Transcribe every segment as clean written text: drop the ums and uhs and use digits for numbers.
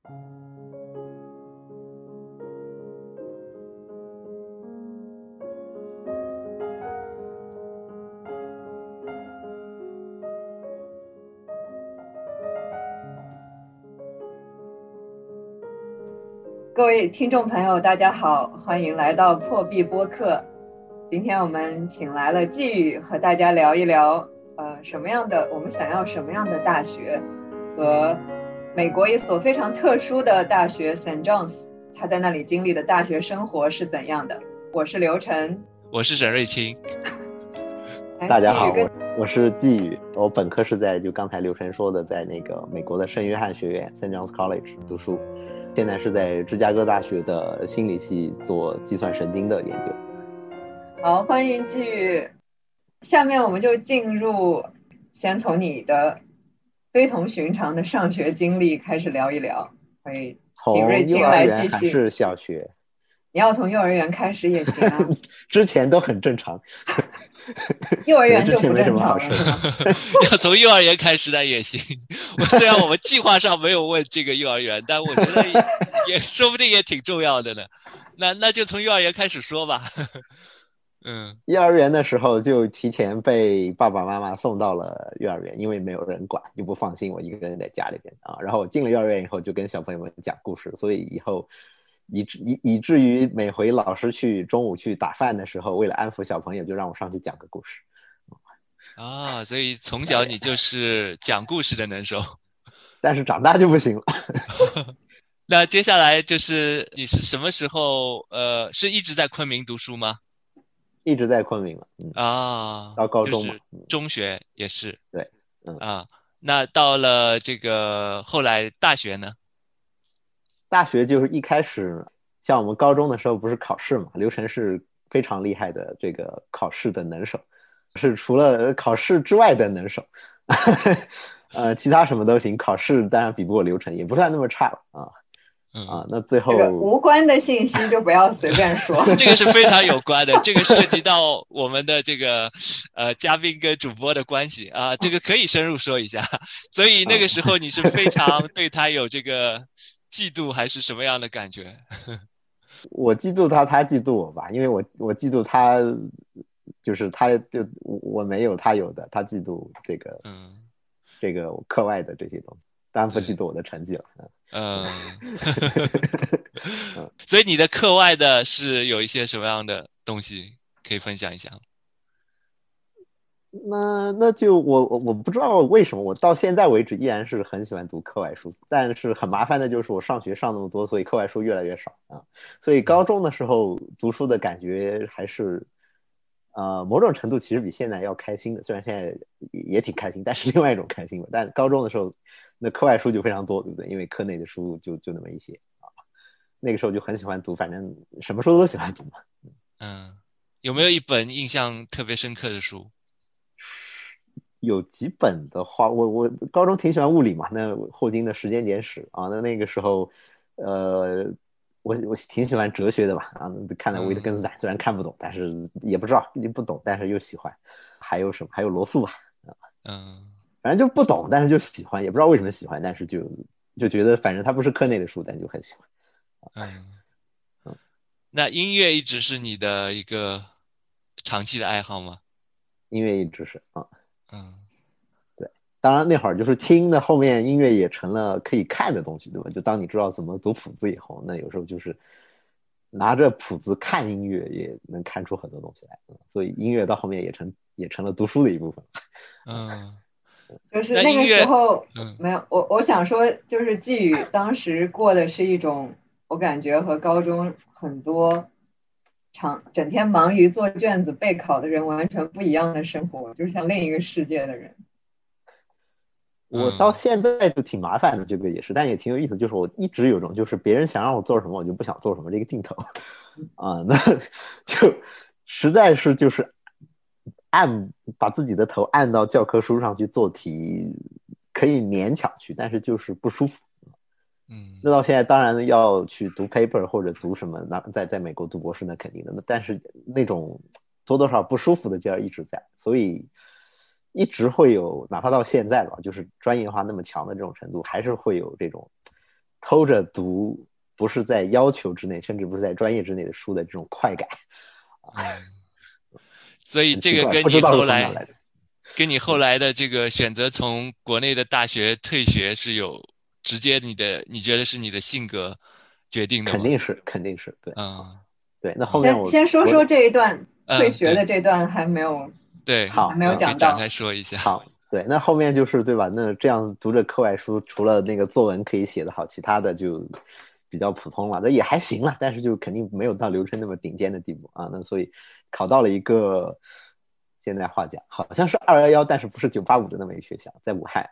各位听众朋友大家好，欢迎来到破壁播客。今天我们请来了季宇和大家聊一聊我们想要什么样的大学，和美国一所非常特殊的大学 St. John's， 他在那里经历的大学生活是怎样的。我是刘晨， 我是沈瑞清。 大家好，我是季宇，我本科是在就刚才刘晨说的，在那个美国的圣约翰学院 St. John's College 读书，现在是在芝加哥大学的心理系做计算神经的研究。 好，欢迎季宇。下面我们就进入，先从你的非同寻常的上学经历开始聊一聊。可以请瑞清来继续。从幼儿园还是小学？ 你要从幼儿园开始也行啊。 之前都很正常。 幼儿园就不正常了。 要从幼儿园开始那也行。虽然我们计划上没有问这个幼儿园，但我觉得也说不定也挺重要的呢。那就从幼儿园开始说吧。 幼儿园的时候就提前被爸爸妈妈送到了幼儿园，因为没有人管，又不放心我一个人在家里边啊。然后我进了幼儿园以后，就跟小朋友们讲故事，所以以后以至于每回老师中午去打饭的时候，为了安抚小朋友，就让我上去讲个故事。 所以从小你就是讲故事的能手。 但是长大就不行了。 那接下来就是你是什么时候是一直在昆明读书吗？ 一直在昆明了。到高中嘛， 就是中学也是。 对。 那到了这个后来大学呢？ 大学就是一开始像我们高中的时候不是考试嘛，刘晨是非常厉害的这个考试的能手，是除了考试之外的能手。其他什么都行，考试当然比不过刘晨，也不算那么差了啊。那最后这个无关的信息就不要随便说。 这个是非常有关的，这个涉及到我们的这个嘉宾跟主播的关系啊，这个可以深入说一下。所以那个时候你是非常对他有这个嫉妒还是什么样的感觉？ 我嫉妒他，他嫉妒我吧，因为我嫉妒他，就是他就我没有他有的，他嫉妒这个课外的这些东西，当然不嫉妒我的成绩了。 所以你的课外的是有一些什么样的东西可以分享一下？ 那就我不知道为什么我到现在为止依然是很喜欢读课外书，但是很麻烦的就是我上学上那么多，所以课外书越来越少啊。所以高中的时候读书的感觉还是某种程度其实比现在要开心的，虽然现在也挺开心，但是另外一种开心吧。但高中的时候那课外书就非常多，对不对？因为课内的书就那么一些啊。那个时候就很喜欢读，反正什么书都喜欢读嘛。 有没有一本印象特别深刻的书？ 有几本的话，我高中挺喜欢物理嘛，那霍金的时间简史啊，那个时候我挺喜欢哲学的吧，看了维特根斯坦，虽然看不懂，但是也不知道不懂，但是又喜欢。还有什么？还有罗素吧。反正就不懂，但是就喜欢，也不知道为什么喜欢，但是就觉得反正它不是课内的书，但就很喜欢。 那音乐一直是你的一个长期的爱好吗？ 音乐一直是对，当然那会儿就是听的，后面音乐也成了可以看的东西，对吧？就当你知道怎么读谱子以后，那有时候就是拿着谱子看音乐，也能看出很多东西来。所以音乐到后面也成了读书的一部分。 就是那个时候没有我想说，就是季宇当时过的是一种我感觉和高中很多整天忙于做卷子备考的人完全不一样的生活，就是像另一个世界的人。 我到现在就挺麻烦的，这个也是，但也挺有意思，就是我一直有种就是别人想让我做什么我就不想做什么这个劲头那就实在是就是把自己的头按到教科书上去做题，可以勉强去，但是就是不舒服。那到现在当然要去读 paper 或者读什么，那在美国读博士那肯定的，但是那种多多少不舒服的劲儿一直在，所以一直会有，哪怕到现在吧，就是专业化那么强的这种程度，还是会有这种偷着读不是在要求之内，甚至不是在专业之内的书的这种快感。 所以这个跟你后来的这个选择从国内的大学退学是有直接你觉得是你的性格决定的吗？ 肯定是对。对，那后面先说说这一段退学的这段还没有对， 还没有讲到， 展开说一下。 好，对，那后面就是对吧？那这样读着课外书，除了那个作文可以写得好，其他的就比较普通了，那也还行了，但是就肯定没有到刘琛那么顶尖的地步啊。那所以考到了一个现在话讲好像是211，但是不是985的那么一个学校，在武汉。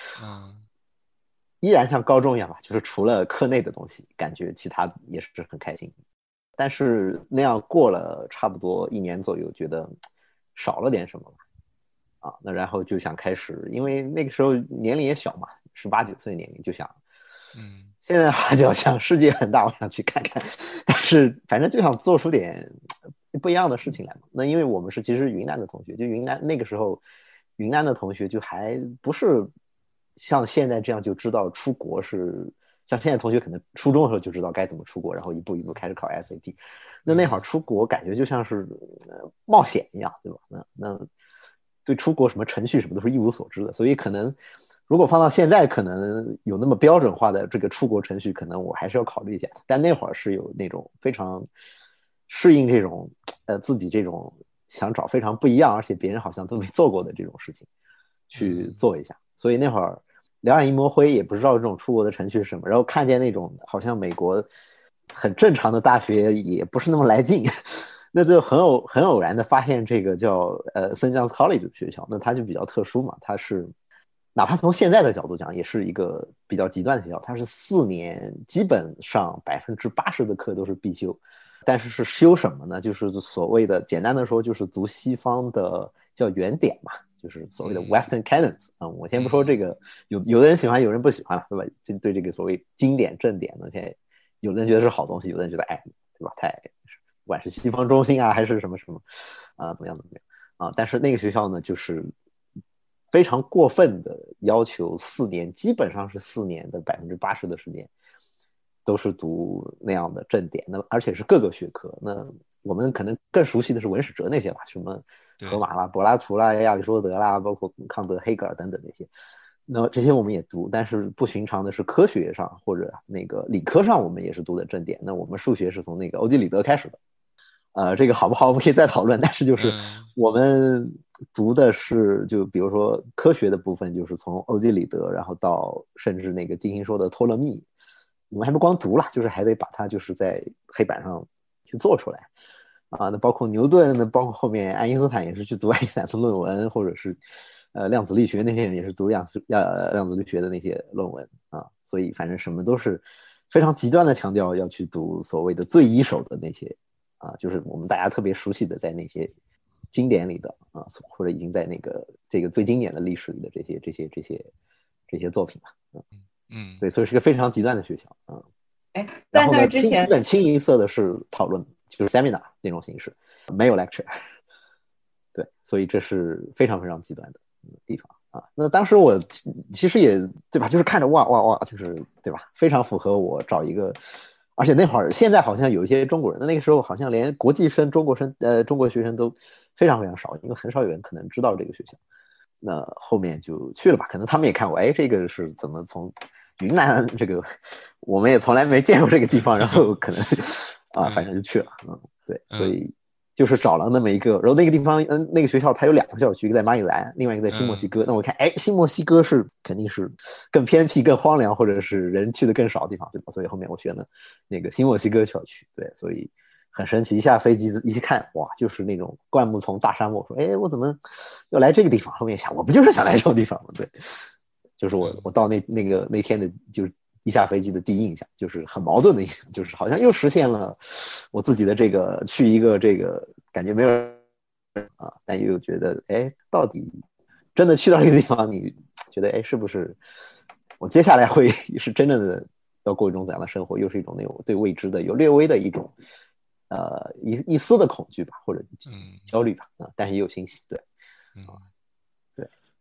依然像高中一样吧，就是除了课内的东西，感觉其他也是很开心。但是那样过了差不多1年左右，觉得少了点什么吧。那然后就想开始，因为那个时候年龄也小嘛，18、19岁年龄，就想，现在话就想世界很大，我想去看看，但是反正就想做出点不一样的事情来嘛。那因为我们是其实云南的同学，就云南那个时候，云南的同学就还不是像现在这样就知道出国是。像现在同学可能初中的时候就知道该怎么出国，然后一步一步开始考 SAT。那会儿出国感觉就像是冒险一样，对吧？那对出国什么程序什么都是一无所知的，所以可能如果放到现在，可能有那么标准化的这个出国程序，可能我还是要考虑一下。但那会儿是有那种非常适应这种自己这种想找非常不一样，而且别人好像都没做过的这种事情去做一下。所以那会儿两眼一摸灰，也不知道这种出国的程序是什么，然后看见那种好像美国很正常的大学也不是那么来劲，那就很偶然的发现这个叫St. John's College 的学校。那它就比较特殊嘛，它是哪怕从现在的角度讲，也是一个比较极端的学校。它是4年，基本上80%的课都是必修，但是修什么呢？就是所谓的简单的说，就是读西方的叫原典嘛。就是所谓的 Western Canons 我先不说这个，有的人喜欢，有人不喜欢了，对吧？就对这个所谓经典正典呢，现在有的人觉得是好东西，有的人觉得对吧？不管是西方中心啊，还是什么什么怎么样但是那个学校呢，就是非常过分的要求4年，基本上是4年的80%的时间都是读那样的正典，那而且是各个学科。那我们可能更熟悉的是文史哲那些吧，什么荷马啦、柏拉图啦、亚里士多德啦，包括康德、黑格尔等等那些。那这些我们也读，但是不寻常的是科学上或者那个理科上我们也是读的正典。那我们数学是从那个欧几里得开始的，这个好不好我们可以再讨论，但是就是我们读的是就比如说科学的部分，就是从欧几里得，然后到甚至那个地心说的托勒密，我们还不光读了，就是还得把它就是在黑板上去做出来那包括牛顿，那包括后面爱因斯坦也是去读爱因斯坦的论文，或者是量子力学那些人也是读量子力学的那些论文所以反正什么都是非常极端的强调要去读所谓的最一手的那些就是我们大家特别熟悉的在那些经典里的或者已经在那个这个最经典的历史里的这些作品对，所以是个非常极端的学校然后呢，基本清一色的是讨论，就是 seminar 那种形式，没有 lecture。对，所以这是非常非常极端的地方那当时我其实也对吧，就是看着哇，就是对吧，非常符合我找一个，而且那会儿现在好像有一些中国人，那个时候好像连国际生、中国学生都非常非常少，因为很少有人可能知道这个学校。那后面就去了吧，可能他们也看过，这个是怎么从云南这个我们也从来没见过这个地方，然后可能反正就去了对，所以就是找了那么一个，然后那个地方那个学校它有2个校区，一个在马里兰，另外一个在新墨西哥那我看新墨西哥是肯定是更偏僻更荒凉，或者是人去的更少的地方，对吧？所以后面我选了那个新墨西哥校区。对，所以很神奇，一下飞机一看哇，就是那种灌木丛大沙漠，说我怎么又来这个地方？后面想我不就是想来这种地方吗？对，就是我到那天的就是一下飞机的第一印象就是很矛盾的印象，就是好像又实现了我自己的这个去一个这个感觉没有但又觉得到底真的去到这个地方，你觉得是不是我接下来会是真正的要过一种怎样的生活，又是一种那种对未知的有略微的一种一丝的恐惧吧，或者焦虑吧但是也有欣喜。对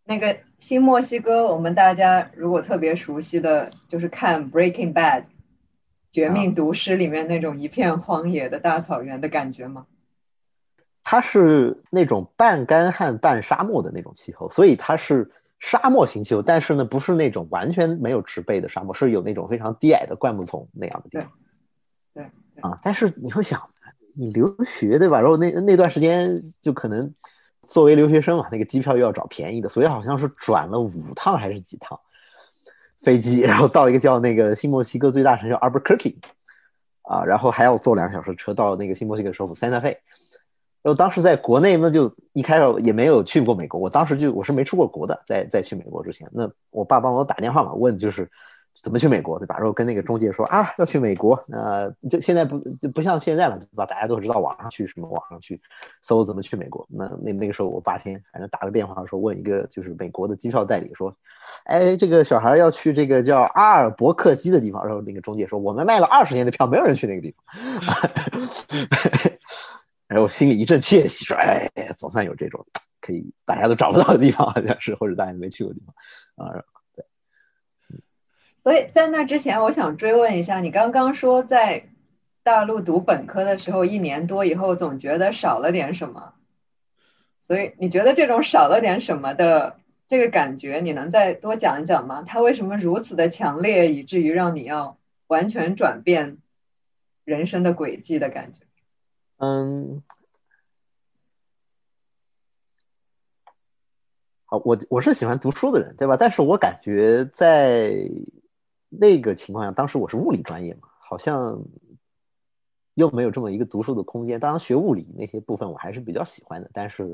那个新墨西哥，我们大家如果特别熟悉的就是看《Breaking Bad》绝命毒师里面那种一片荒野的大草原的感觉吗？ 它是那种半干旱半沙漠的那种气候，所以它是沙漠型气候，但是呢不是那种完全没有植被的沙漠，是有那种非常低矮的灌木丛那样的地方。 对啊，但是你会想，你留学对吧？然后那段时间就可能作为留学生嘛，那个机票又要找便宜的，所以好像是转了5趟还是几趟飞机，然后到一个叫那个新墨西哥最大城市 Albuquerque 啊，然后还要坐2个小时车到那个新墨西哥首府 Santa Fe。然后当时在国内那就一开始也没有去过美国，我当时我是没出过国的，在去美国之前，那我爸帮我打电话嘛，问就是怎么去美国，对吧？然后跟那个中介说啊要去美国，就现在不像现在了，对吧？大家都知道网上去搜怎么去美国。那个时候我8天，反正打个电话说问一个就是美国的机票代理说，哎，这个小孩要去这个叫阿尔伯克基的地方，然后那个中介说我们卖了20年的票，没有人去那个地方。然后心里一阵窃喜，说：“哎，总算有这种可以大家都找不到的地方，好像是或者大家没去过的地方啊。”对。 所以在那之前，我想追问一下，你刚刚说在大陆读本科的时候1年多以后，总觉得少了点什么，所以你觉得这种少了点什么的这个感觉，你能再多讲一讲吗？它为什么如此的强烈，以至于让你要完全转变人生的轨迹的感觉？ 嗯，好，我是喜欢读书的人，对吧？但是我感觉在那个情况下，当时我是物理专业嘛，好像又没有这么一个读书的空间。当然，学物理那些部分我还是比较喜欢的，但是，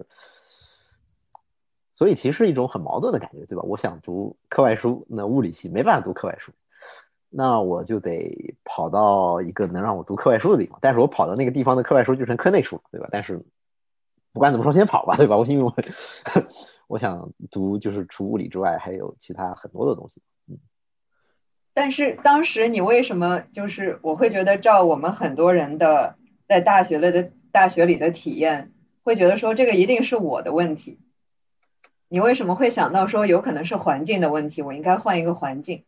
所以其实是一种很矛盾的感觉，对吧？我想读课外书，那物理系没办法读课外书，那我就得跑到一个能让我读课外书的地方。但是我跑到那个地方的课外书就成课内书了，对吧？但是不管怎么说，先跑吧，对吧？因为我想读，就是除物理之外，还有其他很多的东西。 但是当时你为什么就是我会觉得照我们很多人的在大学里的体验，会觉得说这个一定是我的问题。你为什么会想到说有可能是环境的问题，我应该换一个环境？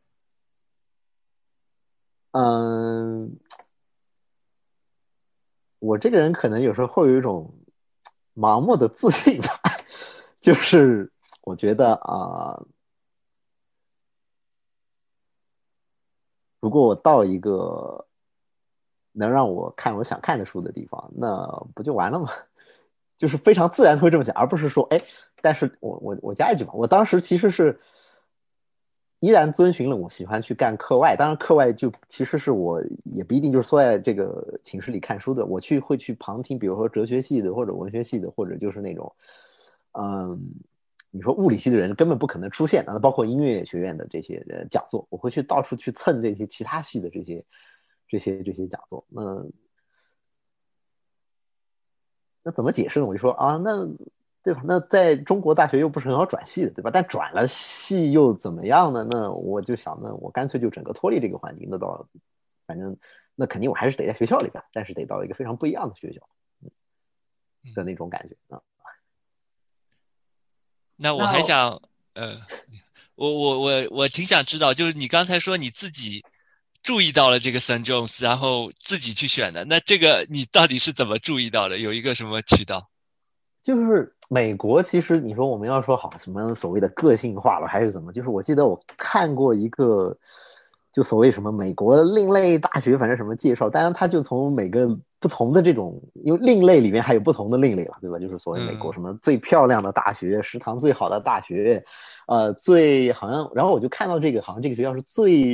嗯，我这个人可能有时候会有一种盲目的自信吧，就是我觉得如果我到一个能让我看我想看的书的地方，那不就完了吗？就是非常自然会这么想，而不是说，哎，但是我加一句嘛，我当时其实是依然遵循了我喜欢去干课外，当然课外就其实是我也不一定就是坐在这个寝室里看书的，我会去旁听，比如说哲学系的或者文学系的，或者就是那种，嗯，你说物理系的人根本不可能出现，包括音乐学院的这些讲座，我会去到处去蹭这些其他系的这些讲座。那怎么解释呢？我就说啊，那对吧？那在中国大学又不是很好转系的，对吧？但转了系又怎么样呢？那我就想，那我干脆就整个脱离这个环境，反正那肯定我还是得在学校里边，但是得到一个非常不一样的学校的那种感觉啊。 那我还想，我挺想知道，就是你刚才说你自己注意到了这个 Sun Jones，然后自己去选的，那这个你到底是怎么注意到的？有一个什么渠道？ 就是美国，其实你说我们要说好什么所谓的个性化了，还是怎么？就是我记得我看过一个，就所谓什么美国另类大学，反正什么介绍，当然他就从每个不同的这种，因为另类里面还有不同的另类了，对吧？就是所谓美国什么最漂亮的大学、食堂最好的大学，最好像，然后我就看到这个，好像这个学校是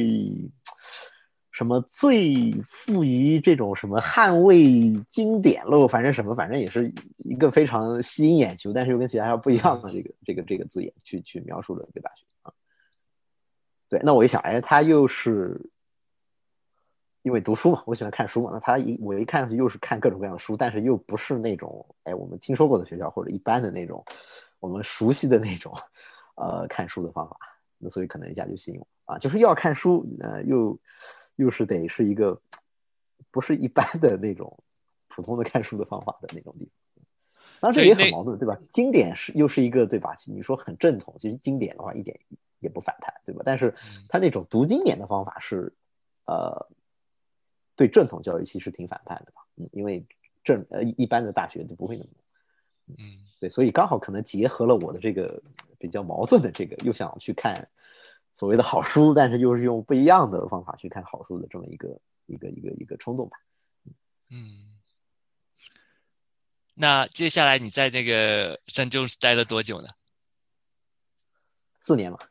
最富于这种什么捍卫经典喽，反正也是一个非常吸引眼球，但是又跟其他不一样的这个字眼去描述的这个大学啊。对，那我一想，哎，他又是因为读书嘛，我喜欢看书嘛，那我一看上去又是看各种各样的书，但是又不是那种哎我们听说过的学校或者一般的那种我们熟悉的那种看书的方法，那所以可能一下就吸引我啊，就是要看书，又是得是一个不是一般的那种普通的看书的方法的那种地方。 当然这也很矛盾，对吧？经典又是一个，对吧？你说很正统，其实经典的话一点也不反叛，对吧？但是他那种读经典的方法是，对正统教育其实挺反叛的吧？因为一般的大学就不会那么。对，所以刚好可能结合了我的这个比较矛盾的这个，又想去看所谓的好书，但是又是用不一样的方法去看好书的这么一个冲动吧。 那接下来你在那个St. John's待了多久呢 ？4年嘛。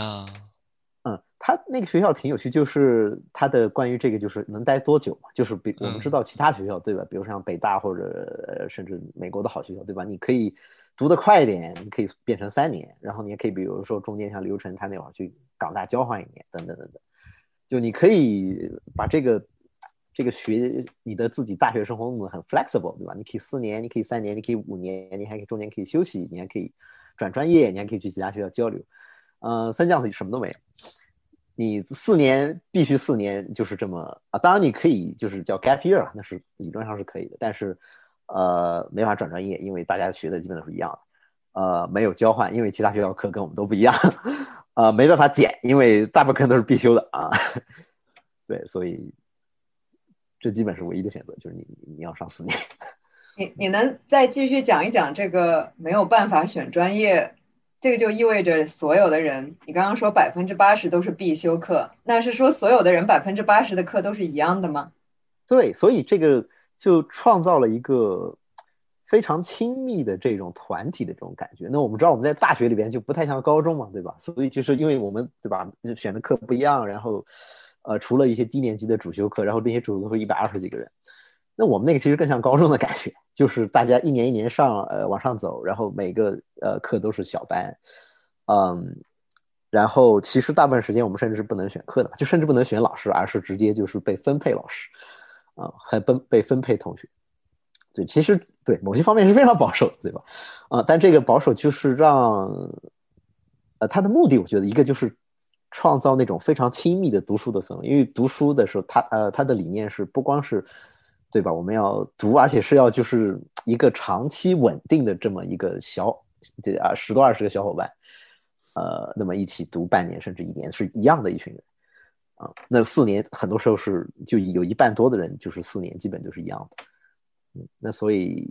他那个学校挺有趣，就是他的关于这个就是能待多久嘛，就是我们知道其他学校对吧，比如像北大或者甚至美国的好学校对吧，你可以读得快一点，你可以变成3年，然后你也可以比如说中间像刘晨他那会儿去港大交换1年等等等等，就你可以把这个学你的自己大学生活弄得很 flexible 对吧，你可以4年，你可以3年，你可以5年，你还可以中间可以休息，你还可以转专业，你还可以去其他学校交流。St. John's什么都没有，你4年必须4年就是这么啊，当然你可以就是叫 gap year 了，那是理论上是可以的，但是没法转专业，因为大家学的基本都是一样的，没有交换，因为其他学校课跟我们都不一样，没办法减，因为大部分课都是必修的啊，对，所以这基本是唯一的选择，就是你要上4年。 你能再继续讲一讲这个没有办法选专业？这个就意味着所有的人，你刚刚说80%都是必修课，那是说所有的人80%的课都是一样的吗？ 对，所以这个就创造了一个非常亲密的这种团体的这种感觉。那我们知道我们在大学里边就不太像高中嘛，对吧？所以就是因为我们对吧选的课不一样，然后除了一些低年级的主修课，然后这些主修课120几个人。那我们那个其实更像高中的感觉，就是大家一年一年往上走，然后每个课都是小班，然后其实大部分时间我们甚至是不能选课的，就甚至不能选老师，而是直接就是被分配老师，还被分配同学。对，其实对某些方面是非常保守的，对吧？但这个保守就是让他的目的，我觉得一个就是创造那种非常亲密的读书的氛围，因为读书的时候，他的理念是不光是。对吧？我们要读，而且是要就是一个长期稳定的这么一个10多20个小伙伴，那么一起读半年甚至1年是一样的一群人，那4年很多时候是就有1半多的人就是4年基本就是一样的，那所以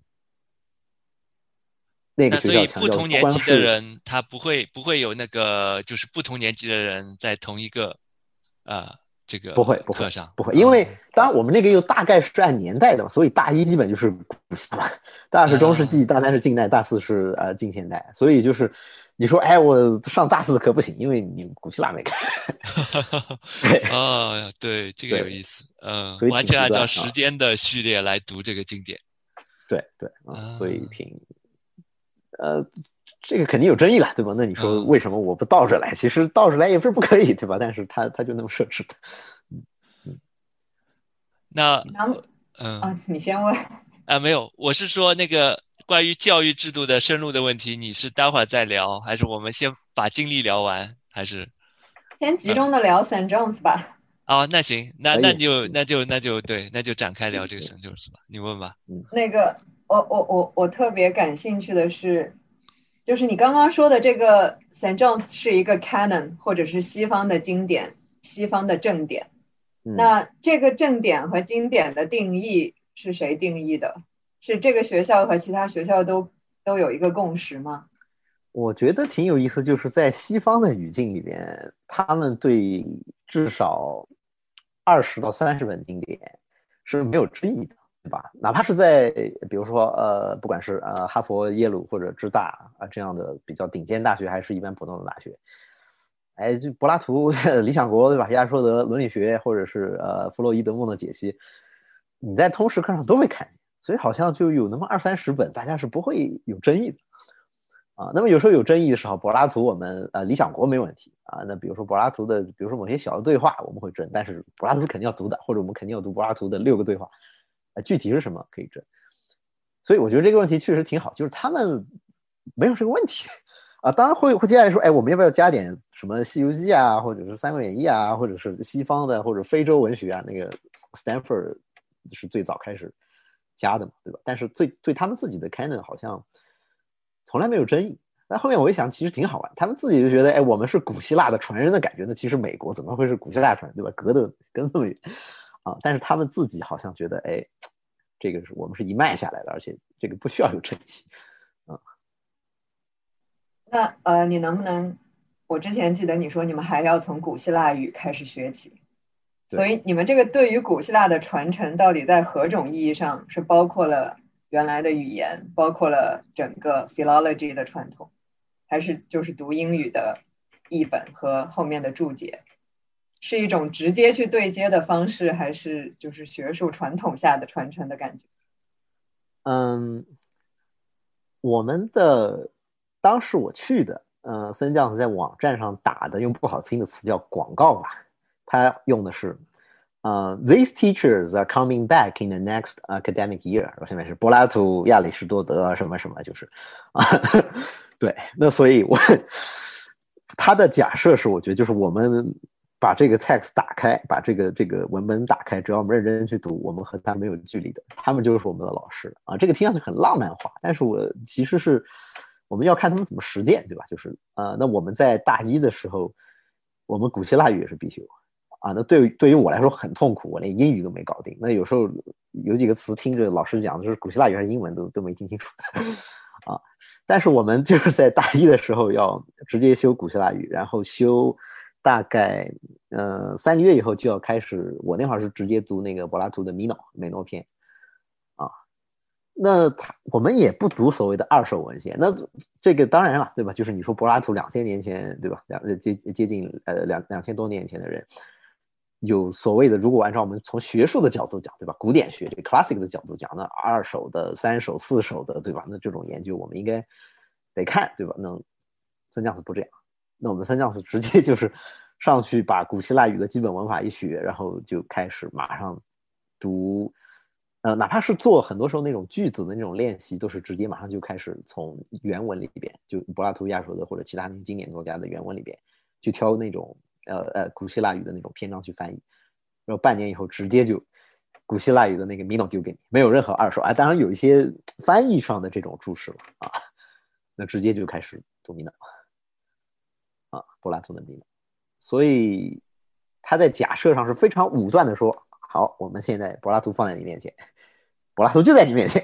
那个学校强调不同年级的人他不会有那个就是不同年级的人在同一个这个不会课上不会，因为当然我们那个又大概是按年代的嘛，所以大1基本就是古希腊，大2是中世纪，大3是近代，大4是近现代，所以就是你说哎我上大4的课不行，因为你古希腊没看。 对，这个有意思， 完全按照时间的序列来读这个经典。 对，所以这个肯定有争议了，对吧？那你说为什么我不倒着来？其实倒着来也不是不可以，对吧？但是他就那么设置的。 那你先问没有，我是说那个关于教育制度的深入的问题，你是待会儿再聊，还是我们先把经历聊完，还是先集中的聊 St. John's 吧？ 那行，那就展开聊这个St. John's吧，你问吧。 那个我特别感兴趣的是，就是你刚刚说的这个 St. John's 是一个 canon 或者是西方的经典，西方的正典。那这个正典和经典的定义是谁定义的？是这个学校和其他学校都有一个共识吗？ 我觉得挺有意思，就是在西方的语境里边，他们对至少20到30本经典是没有争议的，对吧？哪怕是在比如说不管是哈佛、耶鲁或者芝大这样的比较顶尖大学，还是一般普通的大学，就柏拉图、理想国，对吧？亚里士多德伦理学，或者是弗洛伊德梦的解析，你在通识课上都会看见，所以好像就有那么20-30本，大家是不会有争议的。那么有时候有争议的时候，柏拉图我们理想国没问题那比如说柏拉图的，比如说某些小的对话我们会争，但是柏拉图肯定要读的，或者我们肯定要读柏拉图的6个对话，具体是什么可以争。所以我觉得这个问题确实挺好，就是他们没有这个问题当然会接下来说，我们要不要加点什么《西游记》啊，或者是《三国演义》啊，或者是西方的或者非洲文学啊？那个 Stanford 是最早开始加的嘛，对吧？但是对他们自己的 canon 好像从来没有争议。但后面我一想，其实挺好玩，他们自己就觉得，哎，我们是古希腊的传人的感觉，那其实美国怎么会是古希腊传，对吧？隔得那么远啊！但是他们自己好像觉得，哎，这个是我们是一脉下来的，而且这个不需要有争议。 那你能不能？我之前记得你说你们还要从古希腊语开始学起，所以你们这个对于古希腊的传承到底在何种意义上是包括了原来的语言，包括了整个 philology 的传统，还是就是读英语的译本和后面的注解？是一种直接去对接的方式，还是就是学术传统下的传承的感觉？ 我们的当时我去的，森将子在网站上打的用不好听的词叫广告吧，他用的是these teachers are coming back in the next academic year， 下面是柏拉图、亚里士多德什么什么，就是对，那所以他的假设是，我觉得就是我们把这个 text 打开，把这个文本打开，只要我们认真去读，我们和他没有距离的，他们就是我们的老师啊。这个听上去很浪漫化，但是我其实是我们要看他们怎么实践，对吧？就是那我们在大一的时候，我们古希腊语也是必修啊。那对于我来说很痛苦，我连英语都没搞定。那有时候有几个词听着老师讲的就是古希腊语还是英文都没听清楚啊。但是我们就是在大一的时候要直接修古希腊语，然后修大概3个月以后就要开始，我那会儿是直接读那个柏拉图的米诺篇啊。那我们也不读所谓的二手文献，那这个当然了，对吧？就是你说柏拉图2000年前，对吧？接近2000多年前的人，有所谓的，如果按照我们从学术的角度讲，对吧？古典学这个 classic 的角度讲，那2手的、3手、4手的，对吧？那这种研究我们应该得看，对吧？那森将子不这样，那我们森将子直接就是上去把古希腊语的基本文法一学，然后就开始马上读，哪怕是做很多时候那种句子的那种练习，都是直接马上就开始从原文里边，就柏拉图、亚里士多德或者其他那些经典作家的原文里边去挑那种古希腊语的那种篇章去翻译，然后半年以后直接就古希腊语的那个米诺丢给你，没有任何二手。当然有一些翻译上的这种注释了啊，那直接就开始读米诺啊，柏拉图的米诺。所以他在假设上是非常武断的说，好，我们现在柏拉图放在你面前，柏拉图就在你面前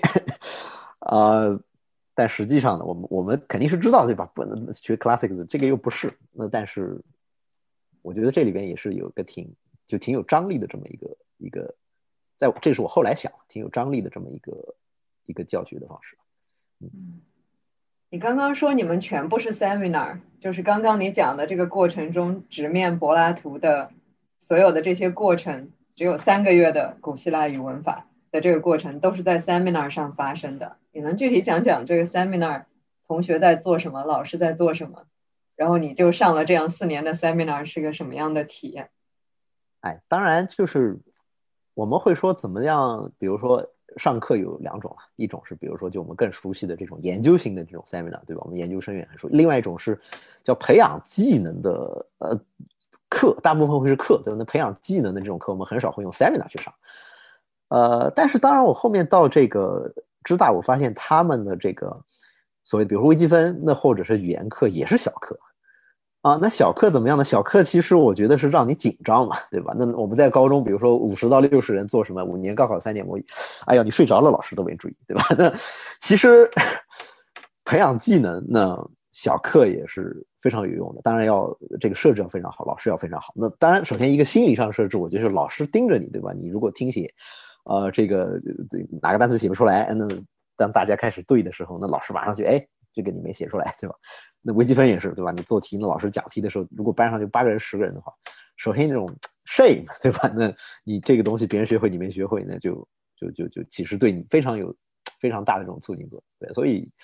但实际上呢，我们肯定是知道，对吧？不能学 classics， 这个又不是。那但是我觉得这里边也是有个挺有张力的这么一个，这是我后来想挺有张力的这么一个教学的方式。 你刚刚说你们全部是 seminar， 就是刚刚你讲的这个过程中直面柏拉图的所有的这些过程，只有3个月的古希腊语文法的这个过程都是在 seminar 上发生的。你能具体讲讲这个 seminar 同学在做什么，老师在做什么，然后你就上了这样4年的 seminar 是个什么样的体验？ 当然就是我们会说怎么样，比如说上课有2种，一种是比如说就我们更熟悉的这种研究型的这种 seminar， 对吧？我们研究生也很熟悉。另外一种是叫培养技能的课，大部分会是课，对吧？那培养技能的这种课我们很少会用 seminar 去上。但是当然我后面到这个知大，我发现他们的这个所谓比如说微积分，那或者是语言课也是小课啊。那小课怎么样呢？小课其实我觉得是让你紧张嘛，对吧？那我们在高中比如说50到60人做什么5年高考3年模拟，哎呀你睡着了老师都没注意，对吧？那其实培养技能那小课也是非常有用的，当然要这个设置要非常好，老师要非常好。那当然首先一个心理上设置，我觉得是老师盯着你，对吧？你如果听写这个哪个单词写不出来，那当大家开始对的时候，那老师马上就这个你没写出来，对吧？那微积分也是，对吧？你做题，那老师讲题的时候，如果班上就8个人10个人的话，首先那种 shame， 对吧？那你这个东西别人学会你没学会，那就其实对你非常大的这种促进作用。对，所以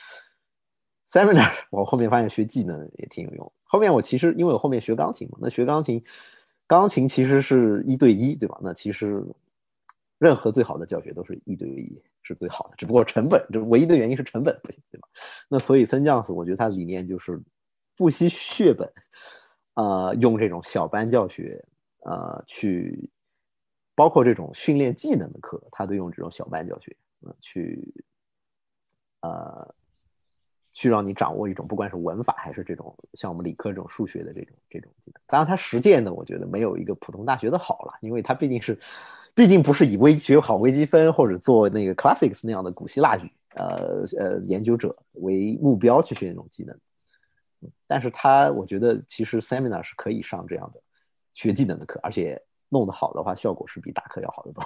seminar 我后面发现学技能也挺有用。后面我其实因为我后面学钢琴嘛，那学钢琴其实是1对1，对吧？那其实任何最好的教学都是1对1是最好的，只不过成本，这唯一的原因是成本不行，对吧？那所以森将子我觉得他理念就是不惜血本用这种小班教学去包括这种训练技能的课，他都用这种小班教学去让你掌握一种不管是文法还是这种像我们理科这种数学的这种技能。当然它实践呢，我觉得没有一个普通大学的好了，因为它毕竟不是以学好微积分或者做那个 classics 那样的古希腊语研究者为目标去学那种技能。但是我觉得其实 seminar 是可以上这样的学技能的课，而且弄得好的话，效果是比大课要好得多。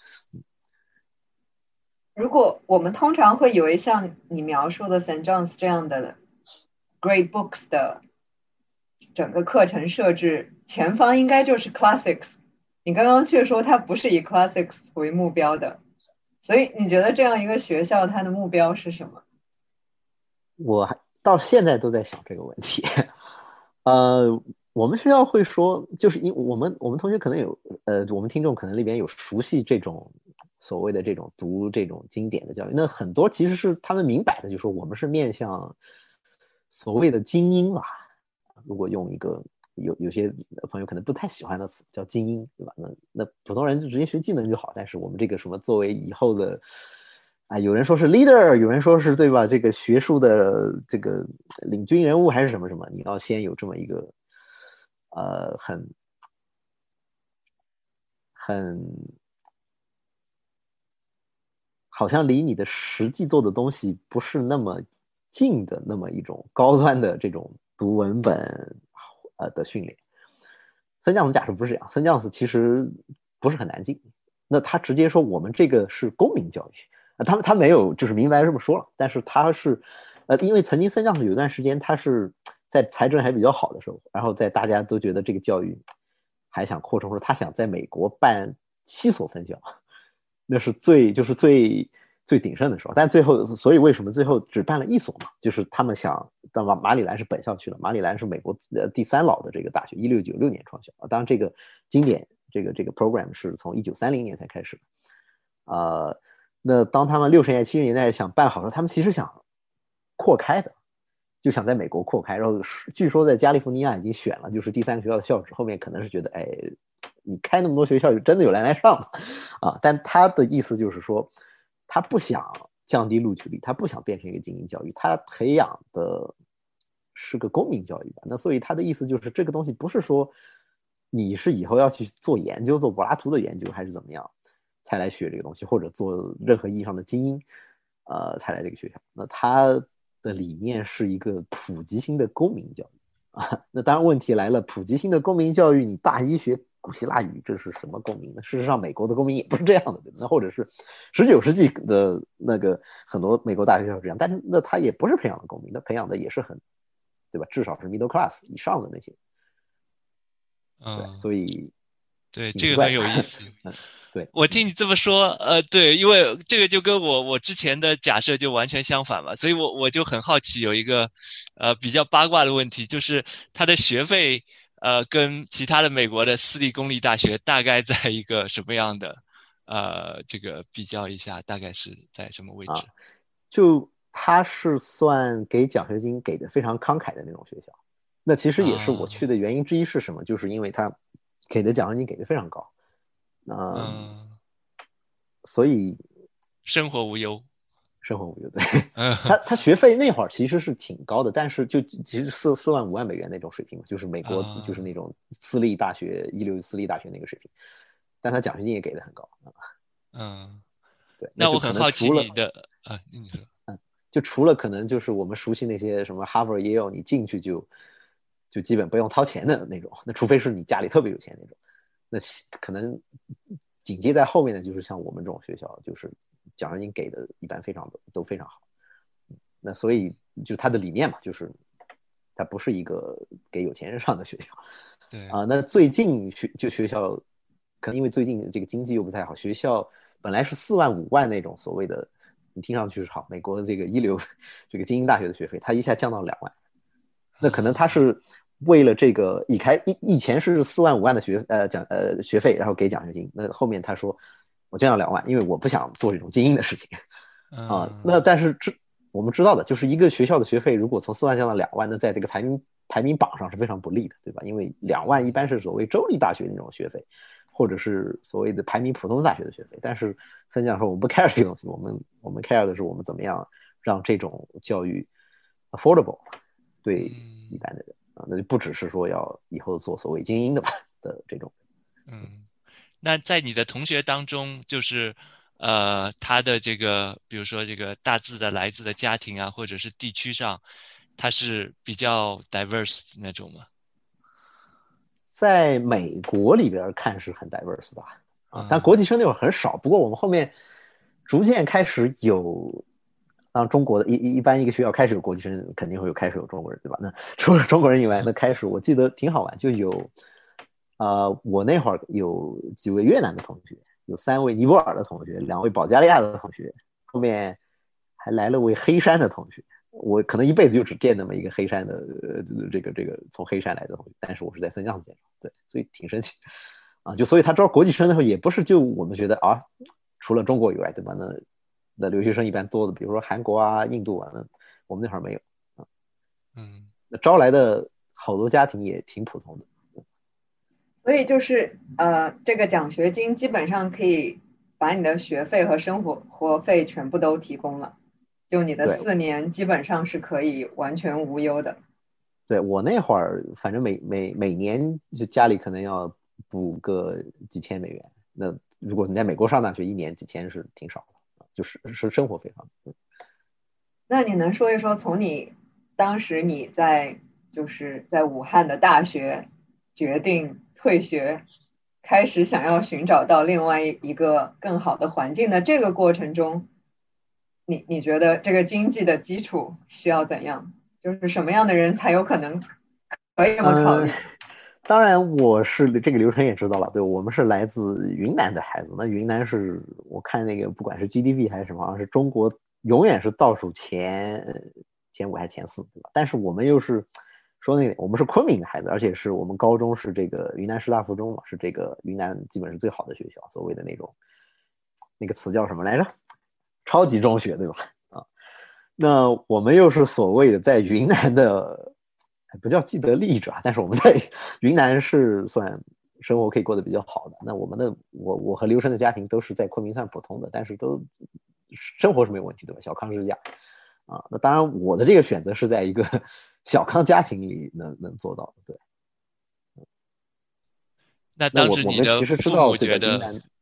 如果我们通常会以为像你描述的 St. John's 这样的 Great Books 的整个课程设置，前方应该就是 Classics， 你刚刚却说它不是以 Classics 为目标的，所以你觉得这样一个学校它的目标是什么？ 我到现在都在想这个问题。我们学校会说，就是因为我们同学可能有我们听众可能里边有熟悉这种所谓的这种读这种经典的教育，那很多其实是他们明摆的就说我们是面向所谓的精英吧。如果用一个有些朋友可能不太喜欢的词叫精英，对吧？那普通人就直接学技能就好，但是我们这个什么作为以后的有人说是 leader， 有人说是对吧？这个学术的这个领军人物还是什么什么，你要先有这么一个很好像离你的实际做的东西不是那么近的那么一种高端的这种读文本的训练。森降子假设不是这样，森降子其实不是很难进，那他直接说我们这个是公民教育，他没有就是明白这么说了，但是他是因为曾经森降子有段时间他是在财政还比较好的时候，然后在大家都觉得这个教育还想扩充，说他想在美国办7所分校，那是最鼎盛的时候，但最后所以为什么最后只办了1所嘛？就是他们想，但马里兰是本校去了，马里兰是美国第3老的这个大学，1696年创校，当然这个经典这个 program 是从1930年才开始的，那当他们60年代70年代想办好的时候，他们其实想扩开的，就想在美国扩开，然后据说在加利福尼亚已经选了就是第3个学校的校址，后面可能是觉得你开那么多学校真的有人来上吗？但他的意思就是说他不想降低录取率，他不想变成一个精英教育，他培养的是个公民教育吧。那所以他的意思就是这个东西不是说你是以后要去做研究，做柏拉图的研究还是怎么样才来学这个东西，或者做任何意义上的精英才来这个学校。那他的理念是一个普及性的公民教育那当然问题来了，普及性的公民教育你大一学古希腊语，这是什么公民呢？事实上美国的公民也不是这样的，对吧？那或者是19世纪的那个很多美国大学校这样，但是那他也不是培养的公民，那培养的也是很对吧？至少是 middle class 以上的那些对，所以对这个很有意思对， 我听你这么说对，因为这个就跟我之前的假设就完全相反嘛，所以我就很好奇有一个比较八卦的问题，就是它的学费跟其他的美国的私立公立大学大概在一个什么样的这个比较一下，大概是在什么位置？ 就他是算给奖学金给的非常慷慨的那种学校，那其实也是我去的原因之一是什么？就是因为他给的奖学金给的非常高，所以生活无忧， 对他学费那会儿其实是挺高的，但是就其实4万5万美元那种水平，就是美国就是那种私立大学一流私立大学那个水平，但他奖学金也给的很高对。 那我很好奇你的你说就除了可能就是我们熟悉那些什么哈佛耶鲁，你进去就基本不用掏钱的那种，那除非是你家里特别有钱那种，那可能紧接在后面的就是像我们这种学校，就是奖学金给的一般都非常好，那所以就他的理念嘛，就是他不是一个给有钱人上的学校， 对那最近学校可能因为最近这个经济又不太好，学校本来是4万5万那种所谓的。你听上去是好，美国的这个一流这个精英大学的学费，它一下降到2万，那可能他是为了这个以前是4万5万的学费，然后给奖学金，那后面他说我降到2万，因为我不想做这种精英的事情那但是我们知道的就是一个学校的学费如果从4万降到2万，那在这个排名榜上是非常不利的，对吧？因为2万一般是所谓州立大学那种学费， 或者是所谓的排名普通大学的学费。但是森江说我们不 care 这个东西，我们 care 的是我们怎么样让这种教育 affordable 对一般的人啊，那就不只是说要以后做所谓精英的吧的这种。 那在你的同学当中，就是他的这个，比如说这个大致的来自的家庭啊，或者是地区上，他是比较 diverse 那种吗？ 在美国里边看是很 diverse 的啊，但国际生那会儿很少。不过我们后面逐渐开始有，当中国的一般一个学校开始有国际生，肯定会开始有中国人，对吧？那除了中国人以外，那开始我记得挺好玩，就有我那会儿有几位越南的同学，有3位尼泊尔的同学，2位保加利亚的同学，后面还来了位黑山的同学。我可能一辈子就只见那么一个黑山的这个从黑山来的同学，但是我是在森江见到，对，所以挺神奇啊。就所以他招国际生的时候，也不是就我们觉得啊，除了中国以外，对吧？那留学生一般多的，比如说韩国啊、印度啊，那我们那会儿没有啊。那招来的好多家庭也挺普通的。 所以就是这个奖学金基本上可以把你的学费和生活费全部都提供了，就你的4年基本上是可以完全无忧的。 对，我那会儿反正每年就家里可能要补个几千美元，那如果你在美国上大学，1年几千是挺少的，就是生活费方面。 那你能说一说，从当时你就是在武汉的大学决定退学，开始想要寻找到另外一个更好的环境的这个过程中，你觉得这个经济的基础需要怎样？就是什么样的人才有可能可以这么考虑？ 当然我是这个流程也知道了，对，我们是来自云南的孩子，那云南是我看那个不管是 GDP 还是什么，好像是中国永远是倒数前5还是前4，对吧？但是我们又是说那个我们是昆明的孩子，而且是我们高中是这个云南师大附中嘛，是这个云南基本是最好的学校，所谓的那个词叫什么来着？超级中学，对吧？啊，那我们又是所谓的在云南的。不叫既得利益者，但是我们在云南是算生活可以过得比较好的。那我和刘生的家庭都是在昆明算普通的，但是都生活是没有问题，对吧？小康之家啊。那当然我的这个选择是在一个小康家庭里能做到的，对。 那当时你的其实知父道母觉得，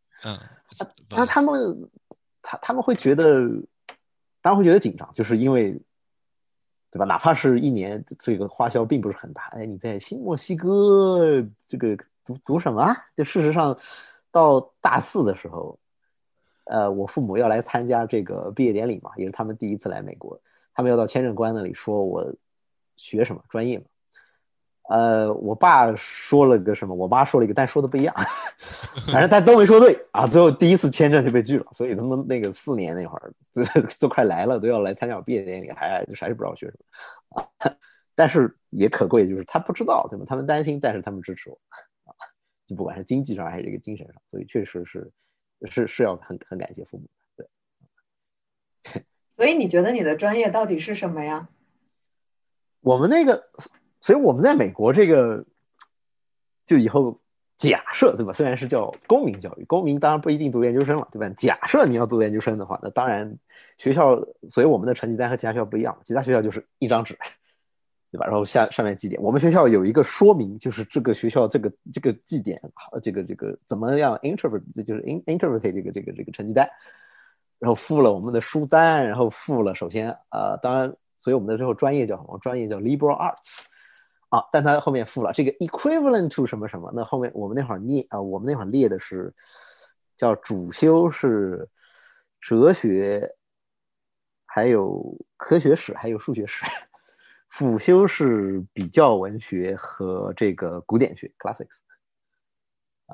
他们会觉得，当然会觉得紧张，就是因为。对吧？哪怕是1年，这个花销并不是很大。哎，你在新墨西哥这个读什么？就事实上，到大4的时候，我父母要来参加这个毕业典礼嘛，也是他们第一次来美国，他们要到签证官那里说我学什么专业嘛。我爸说了个什么，我妈说了一个，但说的不一样，反正他都没说对啊。最后第一次签证就被拒了，所以他们那个4年那会儿都快来了，都要来参加我毕业典礼，还是不知道学什么啊。但是也可贵，就是他不知道，对吧？他们担心，但是他们支持我啊，就不管是经济上还是这个精神上，所以确实是要很感谢父母的， 对。所以你觉得你的专业到底是什么呀？ 我们那个。所以我们在美国这个，就以后假设对吧？虽然是叫公民教育，公民当然不一定读研究生了，对吧？假设你要读研究生的话，那当然学校，所以我们的成绩单和其他学校不一样，其他学校就是一张纸，对吧？然后上面记点，我们学校有一个说明，就是这个学校这个记点，这个怎么样 interpret， 就是 interpret 这个成绩单，然后附了我们的书单，然后附了首先当然，所以我们的最后专业叫什么？专业叫 liberal arts。啊，但他后面附了这个 equivalent to 什么什么，那后面我们那会儿列的是叫主修是哲学，还有科学史，还有数学史，辅修是比较文学和这个古典学 classics 啊。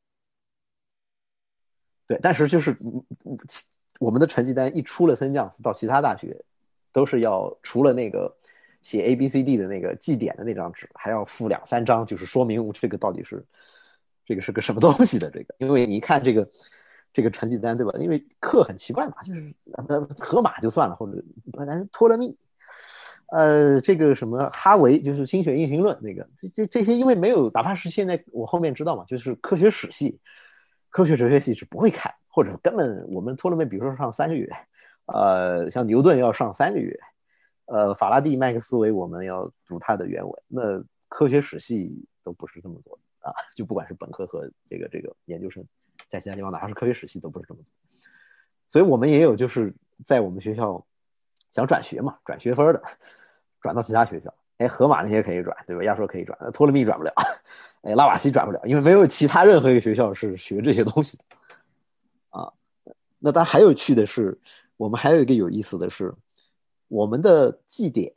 对，但是就是我们的成绩单一出了森江到其他大学都是要除了那个写 ABCD 的那个记点的那张纸，还要附2、3张，就是说明这个到底是个什么东西的这个。因为你一看这个成绩单，对吧？因为课很奇怪嘛，就是河马就算了，或者托勒密这个什么哈维就是心血运行论那个，这些因为没有，哪怕是现在我后面知道嘛，就是科学史系、科学哲学系是不会看，或者根本我们托勒密比如说上3个月，像牛顿要上3个月，法拉第、麦克斯韦我们要读他的原文，那科学史系都不是这么做的啊，就不管是本科和这个研究生，在其他地方哪怕是科学史系都不是这么做，所以我们也有就是在我们学校想转学嘛，转学分的，转到其他学校。哎，河马那些可以转，对吧？亚硕可以转，托勒密转不了，哎，拉瓦锡转不了，因为没有其他任何一个学校是学这些东西的啊。那当然还有趣的是，我们还有一个有意思的是，我们的绩点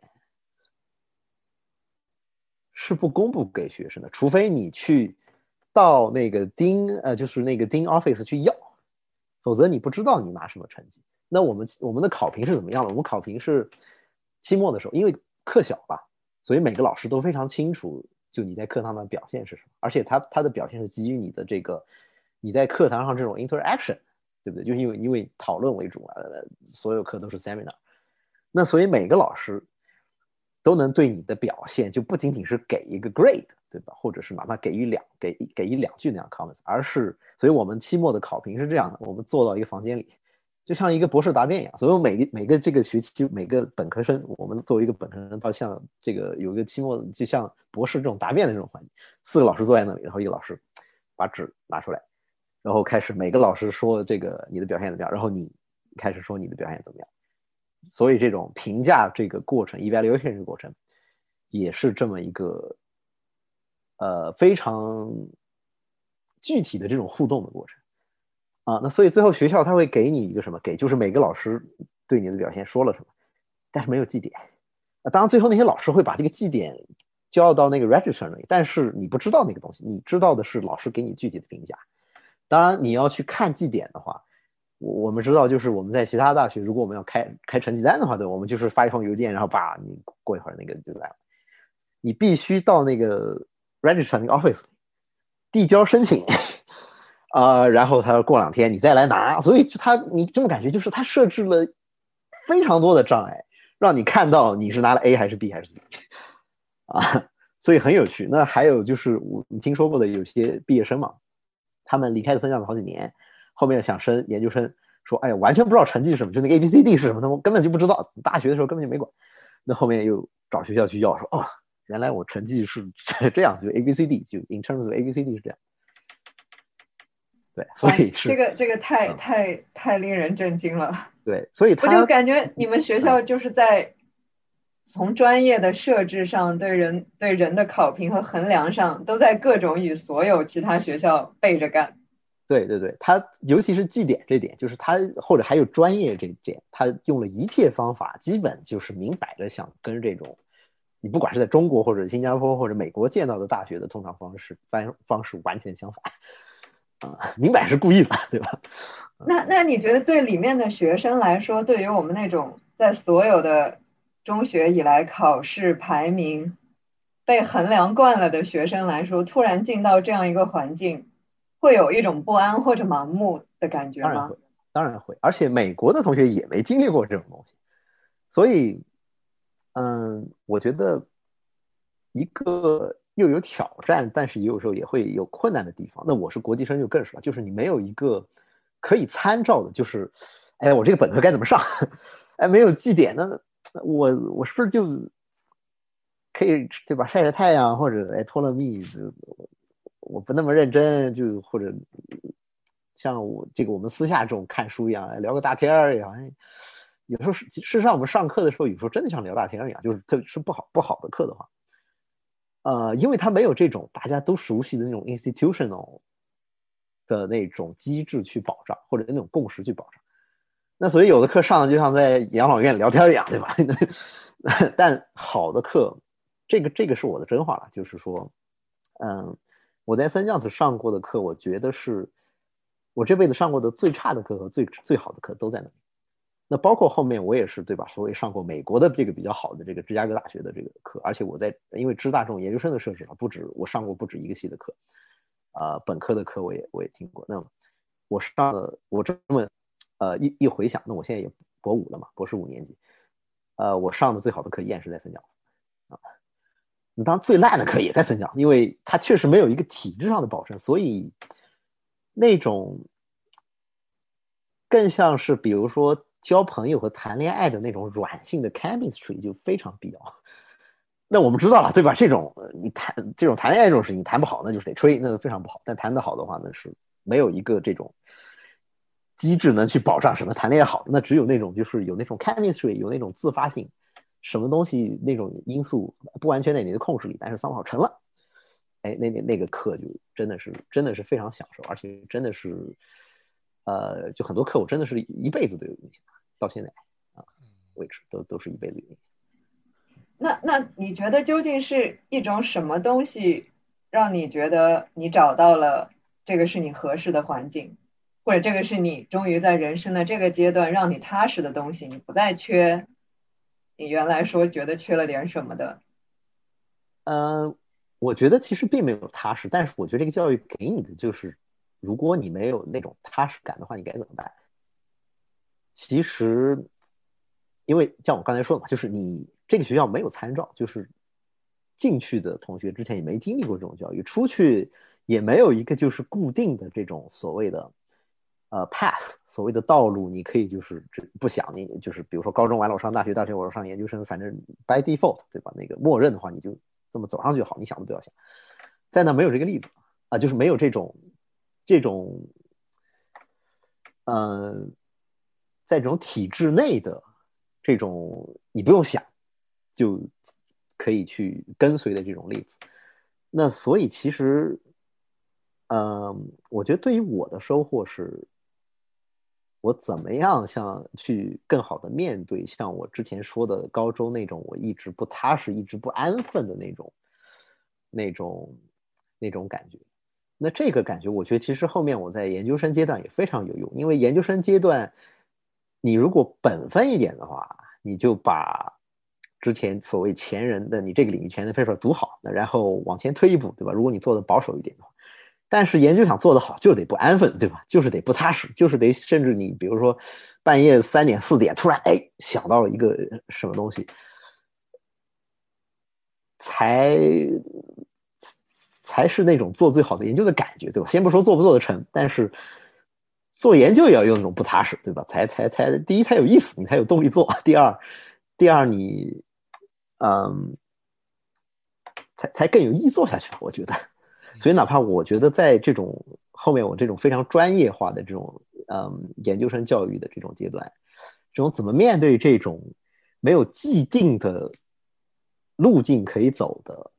是不公布给学生的，除非你去到那个就是那个 Dean Office 去要，否则你不知道你拿什么成绩。那我们的考评是怎么样的？我们考评是期末的时候，因为课小吧，所以每个老师都非常清楚，就你在课堂上的表现是什么，而且他的表现是基于你的这个你在课堂上这种 interaction， 对不对？就因为讨论为主嘛，所有课都是 seminar， 那所以每个老师都能对你的表现就不仅仅是给一个 grade， 对吧？或者是哪怕给一两句那样 comments， 而是，所以我们期末的考评是这样的：我们坐到一个房间里，就像一个博士答辩一样，所以每个这个学期每个本科生，我们作为一个本科生，到像这个有一个期末，就像博士这种答辩的这种环境，4个老师坐在那里，然后一个老师把纸拿出来，然后开始每个老师说这个你的表现怎么样，然后你开始说你的表现怎么样。所以这种评价这个过程 evaluation 这个过程也是这么一个非常具体的这种互动的过程啊。那所以最后学校他会给你一个什么？就是每个老师对你的表现说了什么，但是没有绩点。当然最后那些老师会把这个绩点交到那个 register 里，但是你不知道那个东西，你知道的是老师给你具体的评价。当然你要去看绩点的话，我们知道，就是我们在其他大学，如果我们要开成绩单的话，对，我们就是发一封邮件，然后你过一会儿那个就来了。你必须到那个 registrar 那个 office 递交申请然后他过2天你再来拿。所以你这么感觉就是他设置了非常多的障碍，让你看到你是拿了 A 还是 B 还是 C 所以很有趣。那还有就是你听说过的有些毕业生嘛，他们离开了三江好几年，后面想升研究生，说哎呀完全不知道成绩是什么，就那个 ABCD 是什么，他们根本就不知道，大学的时候根本就没管。那后面又找学校去要，说哦，原来我成绩是这样，就 ABCD， 就 in terms of ABCD 是这样。对，所以是这个太令人震惊了。 对，所以我就感觉你们学校就是在从专业的设置上，对人的考评和衡量上，都在各种与所有其他学校背着干。 对对对，他尤其是绩点这点，就是他或者还有专业这点，他用了一切方法，基本就是明摆着想跟这种你不管是在中国或者新加坡或者美国见到的大学的通常方式完全相反明摆是故意的，对吧？ 那你觉得对里面的学生来说，对于我们那种在所有的中学以来考试排名被衡量惯了的学生来说，突然进到这样一个环境，会有一种不安或者盲目的感觉吗？ 当然会，而且美国的同学也没经历过这种东西，所以我觉得一个又有挑战，但是也有时候也会有困难的地方。那我是国际生就更是了，就是你没有一个可以参照的，就是哎，我这个本科该怎么上？哎，没有绩点，那我是不是就可以对吧？晒晒太阳，或者哎托勒密，我不那么认真，就或者像我们私下这种看书一样，聊个大天儿一样。有时候事实上我们上课的时候，有时候真的像聊大天一样，就是特别是不好的课的话，因为它没有这种大家都熟悉的那种 institutional 的那种机制去保障，或者那种共识去保障。那所以有的课上的就像在养老院聊天一样，对吧？但好的课，这个是我的真话了，就是说，我在三将子上过的课，我觉得是我这辈子上过的最差的课和最好的课都在那里。那包括后面我也是对吧？所谓上过美国的这个比较好的这个芝加哥大学的这个课，而且因为芝大这种研究生的设置啊，我上过不止一个系的课，本科的课我也听过。那我上了我这么一回想，那我现在也博5了嘛，博士5年级， 我上的最好的课依然是在圣乔斯啊。那当然最烂的课也在圣乔斯，因为它确实没有一个体制上的保证，所以那种更像是比如说交朋友和谈恋爱的那种软性的 chemistry 就非常必要。那我们知道了，对吧？这种谈恋爱这种事情，谈不好那就是得吹，那非常不好。但谈得好的话，那是没有一个这种机制能去保障什么谈恋爱好，那只有那种就是有那种 chemistry， 有那种自发性，什么东西那种因素不完全在你的控制里，但是somehow成了，哎，那个课就真的是非常享受，而且真的是就很多课我真的是一辈子都有印象，到现在啊为止都是一辈子有印象。 那你觉得究竟是一种什么东西让你觉得你找到了这个是你合适的环境，或者这个是你终于在人生的这个阶段让你踏实的东西，你不再缺你原来说觉得缺了点什么的？ 我觉得其实并没有踏实，但是我觉得这个教育给你的就是，如果你没有那种踏实感的话，你该怎么办？其实，因为像我刚才说的嘛，就是你这个学校没有参照，就是进去的同学之前也没经历过这种教育，出去也没有一个就是固定的这种所谓的path， 所谓的道路，你可以就是不想你就是比如说高中完了我上大学，大学我上研究生，反正 by default 对吧？那个默认的话你就这么走上去就好，你想都不要想。在那没有这个例子啊，就是没有这种在这种体制内的这种你不用想就可以去跟随的这种例子。那所以其实我觉得对于我的收获是我怎么样像去更好的面对像我之前说的高中那种我一直不踏实一直不安分的那种感觉。那这个感觉我觉得其实后面我在研究生阶段也非常有用，因为研究生阶段你如果本分一点的话，你就把之前所谓前人的你这个领域前人的 paper 读好，然后往前推一步，对吧？如果你做的保守一点的话，但是研究想做得好就得不安分，对吧？就是得不踏实，就是得甚至你比如说半夜3点4点突然想到了一个什么东西，才是那种做最好的研究的感觉，对吧？先不说做不做得成，但是做研究也要用那种不踏实，对吧？第一才有意思，你才有动力做；第二你才更有意义做下去，我觉得。所以哪怕我觉得在这种后面我这种非常专业化的这种研究生教育的这种阶段，这种怎么面对这种没有既定的路径可以走的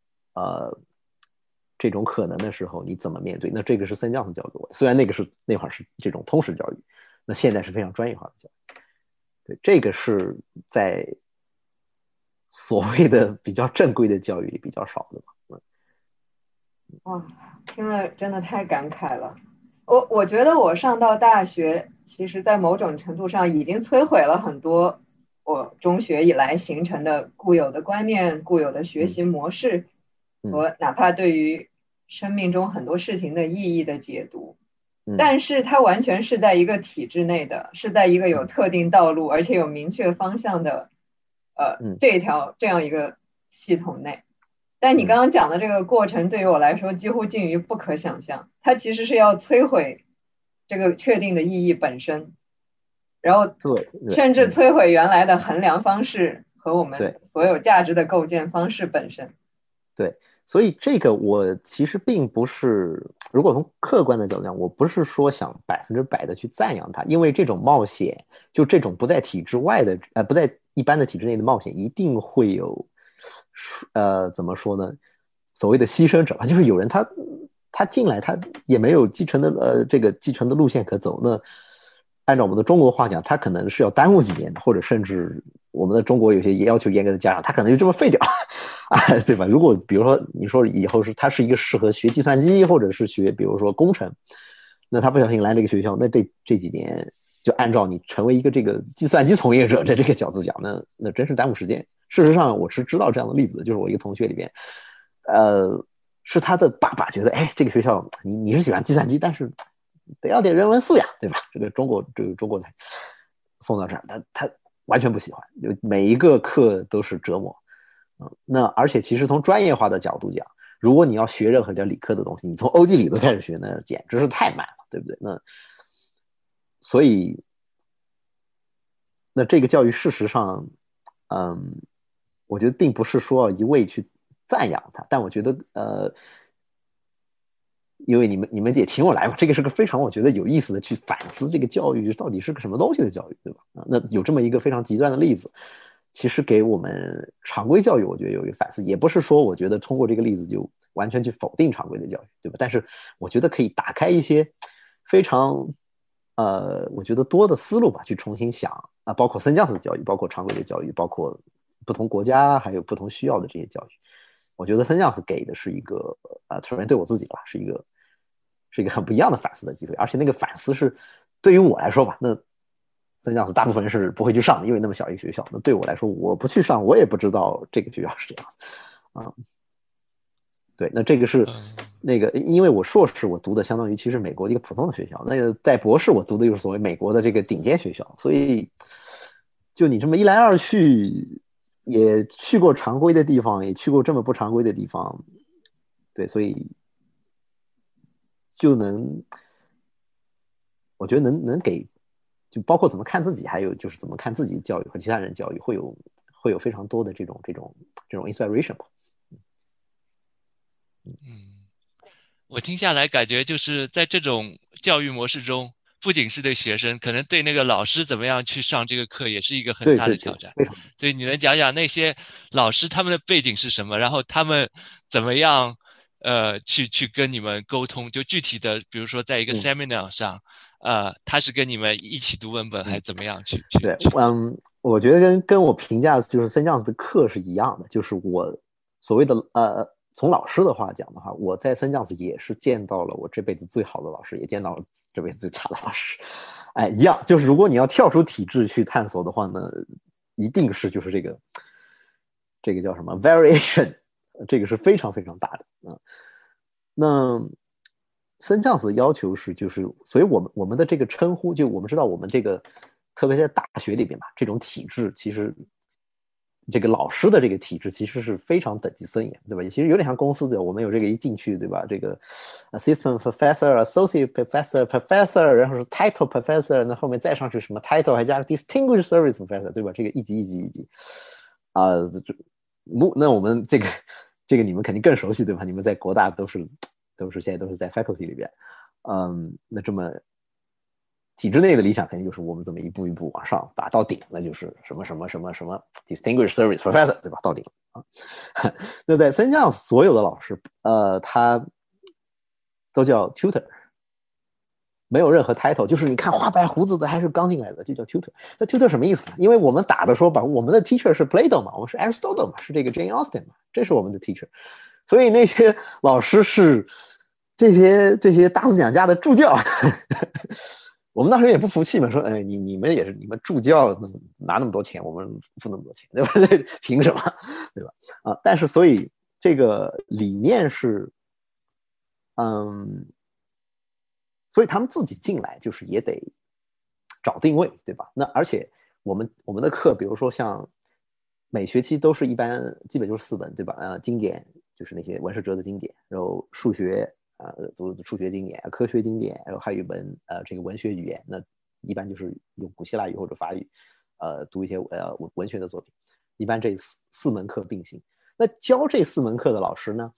这种可能的时候，你怎么面对？那这个是森教授教给我的，虽然那会儿是这种通识教育，那现在是非常专业化的教育。对，这个是在所谓的比较正规的教育里比较少的嘛。 哇，听了真的太感慨了。我觉得我上到大学，其实在某种程度上已经摧毁了很多我中学以来形成的固有的观念、固有的学习模式，和哪怕对于生命中很多事情的意义的解读。但是它完全是在一个体制内的，是在一个有特定道路而且有明确方向的这样一个系统内。但你刚刚讲的这个过程对于我来说几乎近于不可想象，它其实是要摧毁这个确定的意义本身，然后甚至摧毁原来的衡量方式和我们所有价值的构建方式本身。 对，所以这个我其实并不是，如果从客观的角度讲，我不是说想100%的去赞扬它，因为这种冒险，就这种不在体制外的，不在一般的体制内的冒险，一定会有，怎么说呢？所谓的牺牲者吧，就是有人他进来，他也没有这个继承的路线可走，那按照我们的中国话讲，他可能是要耽误几年的，或者甚至我们的中国有些要求严格的家长，他可能就这么废掉啊，对吧？如果比如说你说以后他是一个适合学计算机或者是学比如说工程，那他不小心来这个学校，那这几年就按照你成为一个这个计算机从业者的这个角度讲，那真是耽误时间。事实上我是知道这样的例子的，就是我一个同学里边是他的爸爸觉得这个学校你是喜欢计算机，但是得要点人文素养，对吧？这个中国送到这儿，他完全不喜欢，就每一个课都是折磨。那而且其实从专业化的角度讲，如果你要学任何点理科的东西，你从欧几里得开始学，那简直是太慢了，对不对？所以那这个教育事实上，我觉得并不是说一味去赞扬它，但我觉得因为你们也请我来嘛，这个是个非常我觉得有意思的去反思这个教育到底是个什么东西的教育，对吧？那有这么一个非常极端的例子，其实给我们常规教育我觉得有一个反思，也不是说我觉得通过这个例子就完全去否定常规的教育，对吧？但是我觉得可以打开一些非常我觉得多的思路吧，去重新想啊，包括森江子的教育，包括常规的教育，包括不同国家还有不同需要的这些教育。我觉得森江子给的是一个首先对我自己吧，是一个很不一样的反思的机会，而且那个反思是对于我来说吧，那森江子大部分人是不会去上的，因为那么小一个学校，那对我来说我不去上，我也不知道这个学校是这样对，那这个是那个，因为我硕士我读的相当于其实美国的一个普通的学校，那个在博士我读的又是所谓美国的这个顶尖学校，所以就你这么一来二去，也去过常规的地方，也去过这么不常规的地方，对，所以就我觉得能给，就包括怎么看自己，还有就是怎么看自己的教育和其他人教育，会有非常多的这种 inspiration 吧。 我听下来感觉就是在这种教育模式中，不仅是对学生，可能对那个老师怎么样去上这个课也是一个很大的挑战。 对，非常。 所以你能讲讲那些老师他们的背景是什么，然后他们怎么样去跟你们沟通？就具体的，比如说在一个 seminar 上，他是跟你们一起读文本，还怎么样去？ 对，我觉得跟我评价就是森江子的课是一样的，就是我所谓的从老师的话讲的话，我在森江子也是见到了我这辈子最好的老师，也见到了这辈子最差的老师，一样，就是如果你要跳出体制去探索的话呢，一定是就是这个叫什么 variation， 这个是非常非常大的那森江子要求是就是，所以我们的这个称呼，就我们知道我们这个特别在大学里边吧，这种体制其实。这个老师的这个体制其实是非常等级森严，对吧？其实有点像公司对吧？我们有这个一进去，对吧？这个 assistant professor、associate professor， 然后是 title professor， 那后面再上去什么 title 还加 distinguished service professor， 对吧？这个一级那我们这个你们肯定更熟悉，对吧？你们在国大都是现在都是在 faculty 里边，那这么。体制内的理想肯定就是我们这么一步一步往上打到顶，那就是什么 distinguished service professor， 对吧？到顶啊。那在森江所有的老师，他都叫 tutor， 没有任何 title， 就是你看画白胡子的还是刚进来的就叫 tutor。那 tutor 什么意思呢？因为我们打的说把我们的 teacher 是 Plato 嘛，我们是 Aristotle 嘛，是这个 Jane Austen 嘛，这是我们的 teacher， 所以那些老师是这些大思想家的助教。我们当时也不服气嘛，说，哎，你们也是，你们助教拿那么多钱，我们付那么多钱，对吧？凭什么，对吧？但是所以这个理念是，所以他们自己进来就是也得找定位，对吧？那而且我们的课，比如说像每学期都是一般基本就是4本，对吧？经典就是那些文史哲的经典，然后数学。读数学经典、科学经典，然后还有一门这个文学语言，那一般就是用古希腊语或者法语，读一些文学的作品。一般这四门课并行。那教这4门课的老师呢，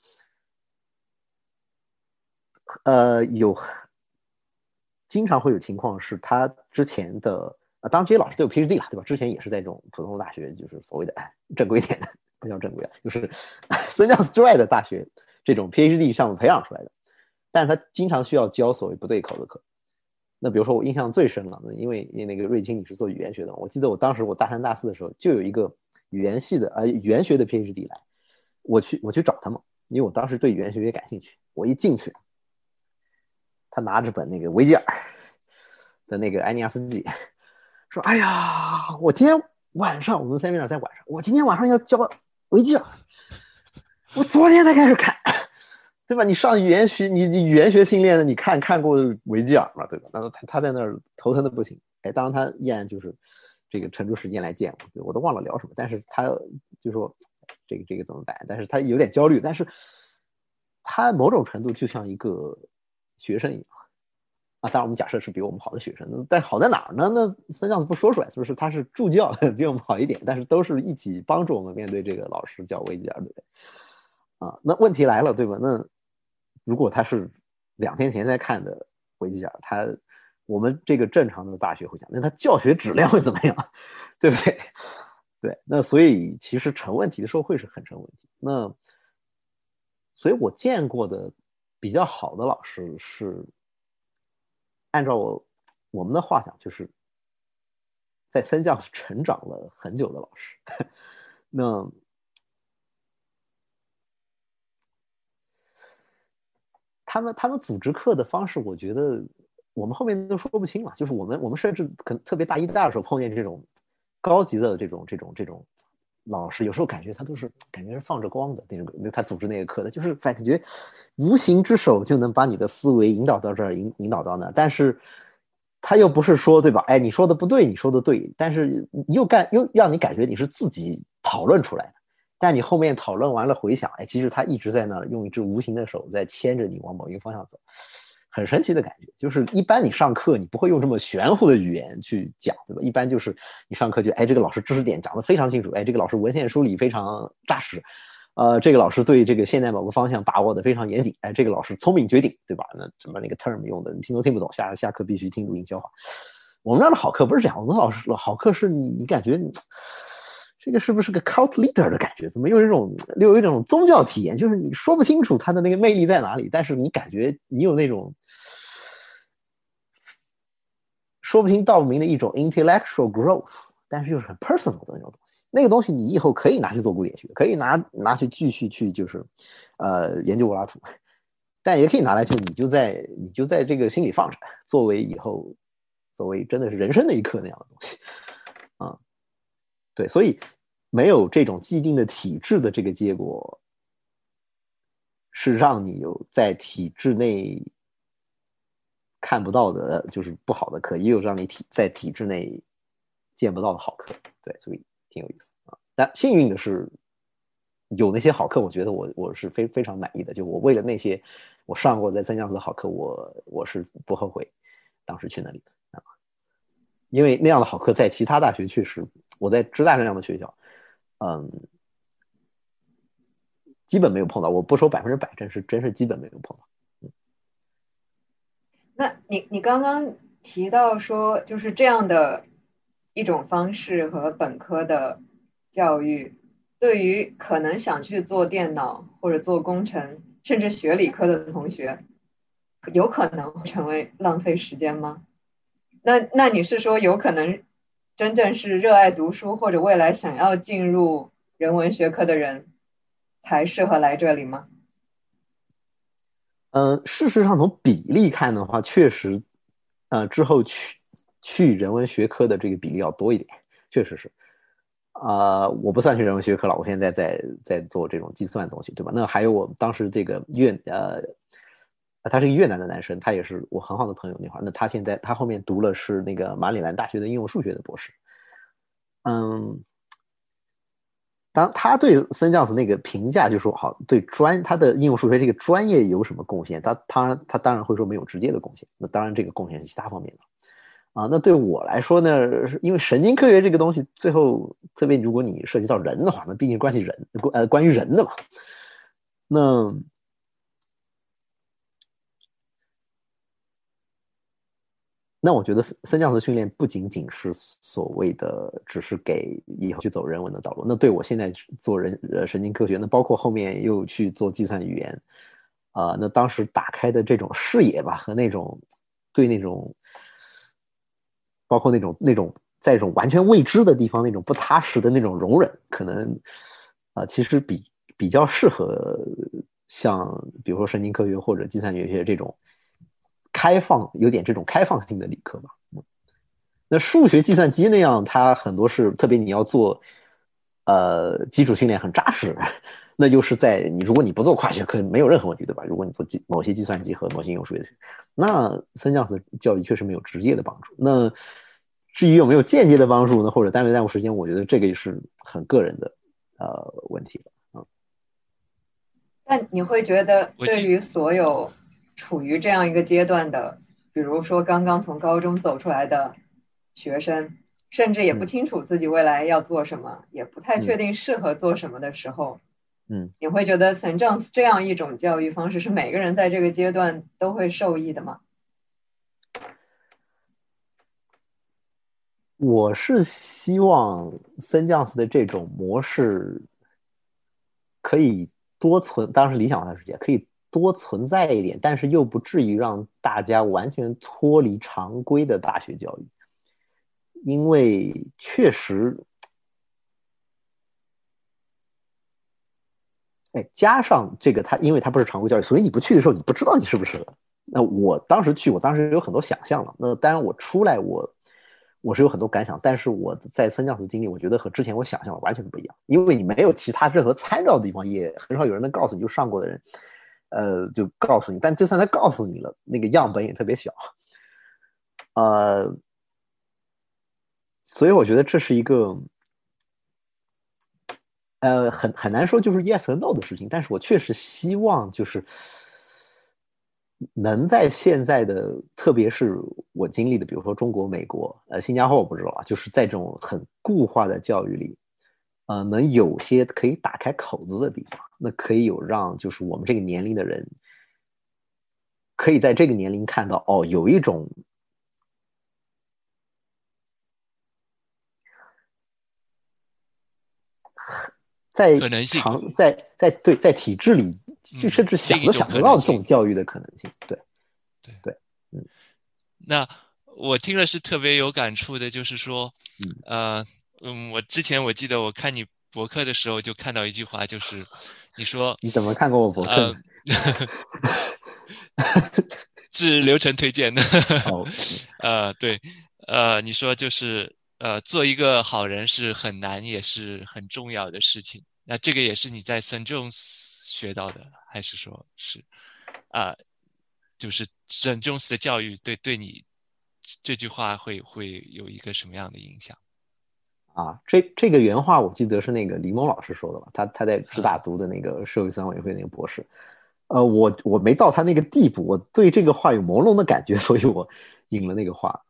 经常会有情况是他之前的当然这些老师都有 PhD 了，对吧？之前也是在这种普通的大学，就是所谓的正规点的，不叫正规的，就是森江子之外的大学这种 PhD 项目培养出来的。但是他经常需要教所谓不对口的课。那比如说我印象最深了，因为那个瑞清你是做语言学的，我记得我当时我大3大4的时候就有一个语言系的语言学的 PhD 来，我去找他们，因为我当时对语言学也感兴趣。我一进去，他拿着本那个维吉尔的那个埃尼亚斯纪，说：“哎呀，我今天晚上我们seminar在晚上，我今天晚上要教维吉尔，我昨天才开始看。”对吧？你上语言学，你语言学训练的，你看过维吉尔嘛？对吧？那他在那儿头疼的不行。当然他依然就是这个沉住时间来见我都忘了聊什么，但是他就说这个怎么办？但是他有点焦虑，但是他某种程度就像一个学生一样啊。当然我们假设是比我们好的学生，但好在哪儿呢？那这样子不说出来，是不是？他是助教，比我们好一点，但是都是一起帮助我们面对这个老师叫维吉尔，对不对？啊，那问题来了，对吧？那如果他是2天前才看的维吉尔，我们这个正常的大学会讲，那他教学质量会怎么样？对不对？对，那所以其实成问题的时候会是很成问题。那所以我见过的比较好的老师是按照我们的话讲，就是在森教成长了很久的老师。那他们组织课的方式，我觉得我们后面都说不清了。就是我们甚至可能特别大一大的时候碰见这种高级的这种老师，有时候感觉他都是感觉是放着光的那种，他组织那个课的，就是感觉无形之手就能把你的思维引导到这儿，引导到那儿，但是他又不是说对吧？哎，你说的不对，你说的对，但是又让你感觉你是自己讨论出来的。但你后面讨论完了回想，哎，其实他一直在那儿用一只无形的手在牵着你往某一个方向走，很神奇的感觉。就是一般你上课你不会用这么玄乎的语言去讲，对吧？一般就是你上课就，哎，这个老师知识点讲得非常清楚，哎，这个老师文献梳理非常扎实，这个老师对这个现在某个方向把握得非常严谨，哎，这个老师聪明绝顶，对吧？那什么那个 term 用的你听都听不懂，下课必须听录音消化。我们那儿的好课不是这样，我们好课是你感觉这个是不是个 cult leader 的感觉？怎么有一种宗教体验？就是你说不清楚他的那个魅力在哪里，但是你感觉你有那种说不清道不明的一种 intellectual growth， 但是又是很 personal 的那种东西。那个东西你以后可以拿去做古典学，可以拿去继续去就是研究柏拉图，但也可以拿来你就在这个心里放着，作为以后真的是人生的一课那样的东西啊。对，所以没有这种既定的体制的这个结果，是让你有在体制内看不到的，就是不好的课，也有让你在体制内见不到的好课。对，所以挺有意思啊。但幸运的是，有那些好课，我觉得我是非常满意的。就我为了那些我上过在三江子的好课，我是不后悔当时去那里的。因为那样的好课在其他大学确实，我在浙大这样的学校，基本没有碰到。我不说100%，真是基本没有碰到。 那你刚刚提到说，就是这样的一种方式和本科的教育，对于可能想去做电脑或者做工程，甚至学理科的同学，有可能会成为浪费时间吗？那你是说有可能真正是热爱读书或者未来想要进入人文学科的人才适合来这里吗？ 事实上从比例看的话，确实之后去人文学科的这个比例要多一点，确实是。我不算去人文学科了，我现在在做这种计算的东西，对吧？那还有我当时这个他是一个越南的男生，他也是我很好的朋友那会儿。那他后面读了是那个马里兰大学的应用数学的博士。当他对森将子那个评价就说好，对他的应用数学这个专业有什么贡献？他当然会说没有直接的贡献。那当然这个贡献是其他方面的。那对我来说呢，因为神经科学这个东西，最后特别如果你涉及到人的话，那毕竟关于人的嘛。那我觉得森将子训练不仅仅是所谓的只是给以后去走人文的道路，那对我现在做神经科学，那包括后面又去做计算语言，那当时打开的这种视野吧，和那种对那种包括那种在这种完全未知的地方那种不踏实的那种容忍，可能其实比较适合像比如说神经科学或者计算语言学这种有点这种开放性的理科吧。那数学计算机那样，它很多是特别你要做基础训练很扎实，那又是如果你不做跨学科没有任何问题，对吧？如果你做某些计算机和某些应用数学，那森将子教育确实没有直接的帮助。那至于有没有间接的帮助呢，或者耽误时间，我觉得这个也是很个人的问题了。 但你会觉得，对于所有处于这样一个阶段的，比如说刚刚从高中走出来的学生，甚至也不清楚自己未来要做什么，也不太确定适合做什么的时候，你会觉得 St. John's 这样一种教育方式是每个人在这个阶段都会受益的吗？ 我是希望 St. John's 的这种模式可以多存，当然是理想化的世界，可以多存在一点，但是又不至于让大家完全脱离常规的大学教育，因为确实，加上这个因为它不是常规教育，所以你不去的时候，你不知道你适不适合。那我当时去，我当时有很多想象了。那当然我出来，我是有很多感想，但是我在St. John's经历，我觉得和之前我想象的完全不一样，因为你没有其他任何参照的地方，也很少有人能告诉你，就上过的人，就告诉你。但就算他告诉你了，那个样本也特别小，所以我觉得这是一个，很难说就是 yes or no 的事情。但是我确实希望就是能在现在的，特别是我经历的，比如说中国、美国、新加坡，我不知道啊，就是在这种很固化的教育里，能有些可以打开口子的地方，那可以有让就是我们这个年龄的人，可以在这个年龄看到，哦，有一种在体制里，甚至想都想不到这种教育的可能性。对， 那我听了是特别有感触的，就是说，我之前我记得我看你博客的时候就看到一句话，就是你说你怎么看过我博客呢？ 是刘晨推荐的。 哦， 对，你说就是做一个好人是很难也是很重要的事情。那这个也是你在 St. John's 学到的，还是说是就是 St. John's 的教育对你这句话会有一个什么样的影响？ 这个原话我记得是那个李猛老师说的吧，他在浙大读的那个社会思想委员会那个博士。我没到他那个地步，我对这个话有朦胧的感觉，所以我引了那个话。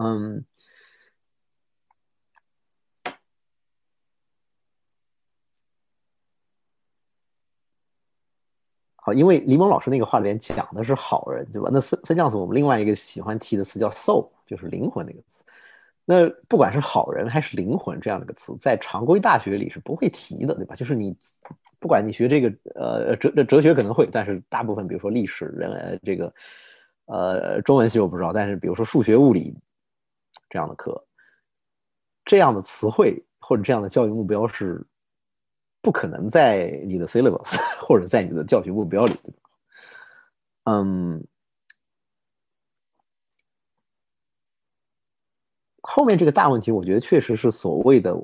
好，因为李猛老师那个话里面讲的是好人，对吧？那St. John's我们另外一个喜欢提的词叫 soul， 就是灵魂那个词。那不管是好人还是灵魂这样的个词，在常规大学里是不会提的，对吧？就是你不管你学这个哲学可能会，但是大部分比如说历史这个中文系我不知道，但是比如说数学物理这样的课，这样的词汇或者这样的教育目标是不可能在你的 syllabus 或者在你的教学目标里的。后面这个大问题，我觉得确实是所谓的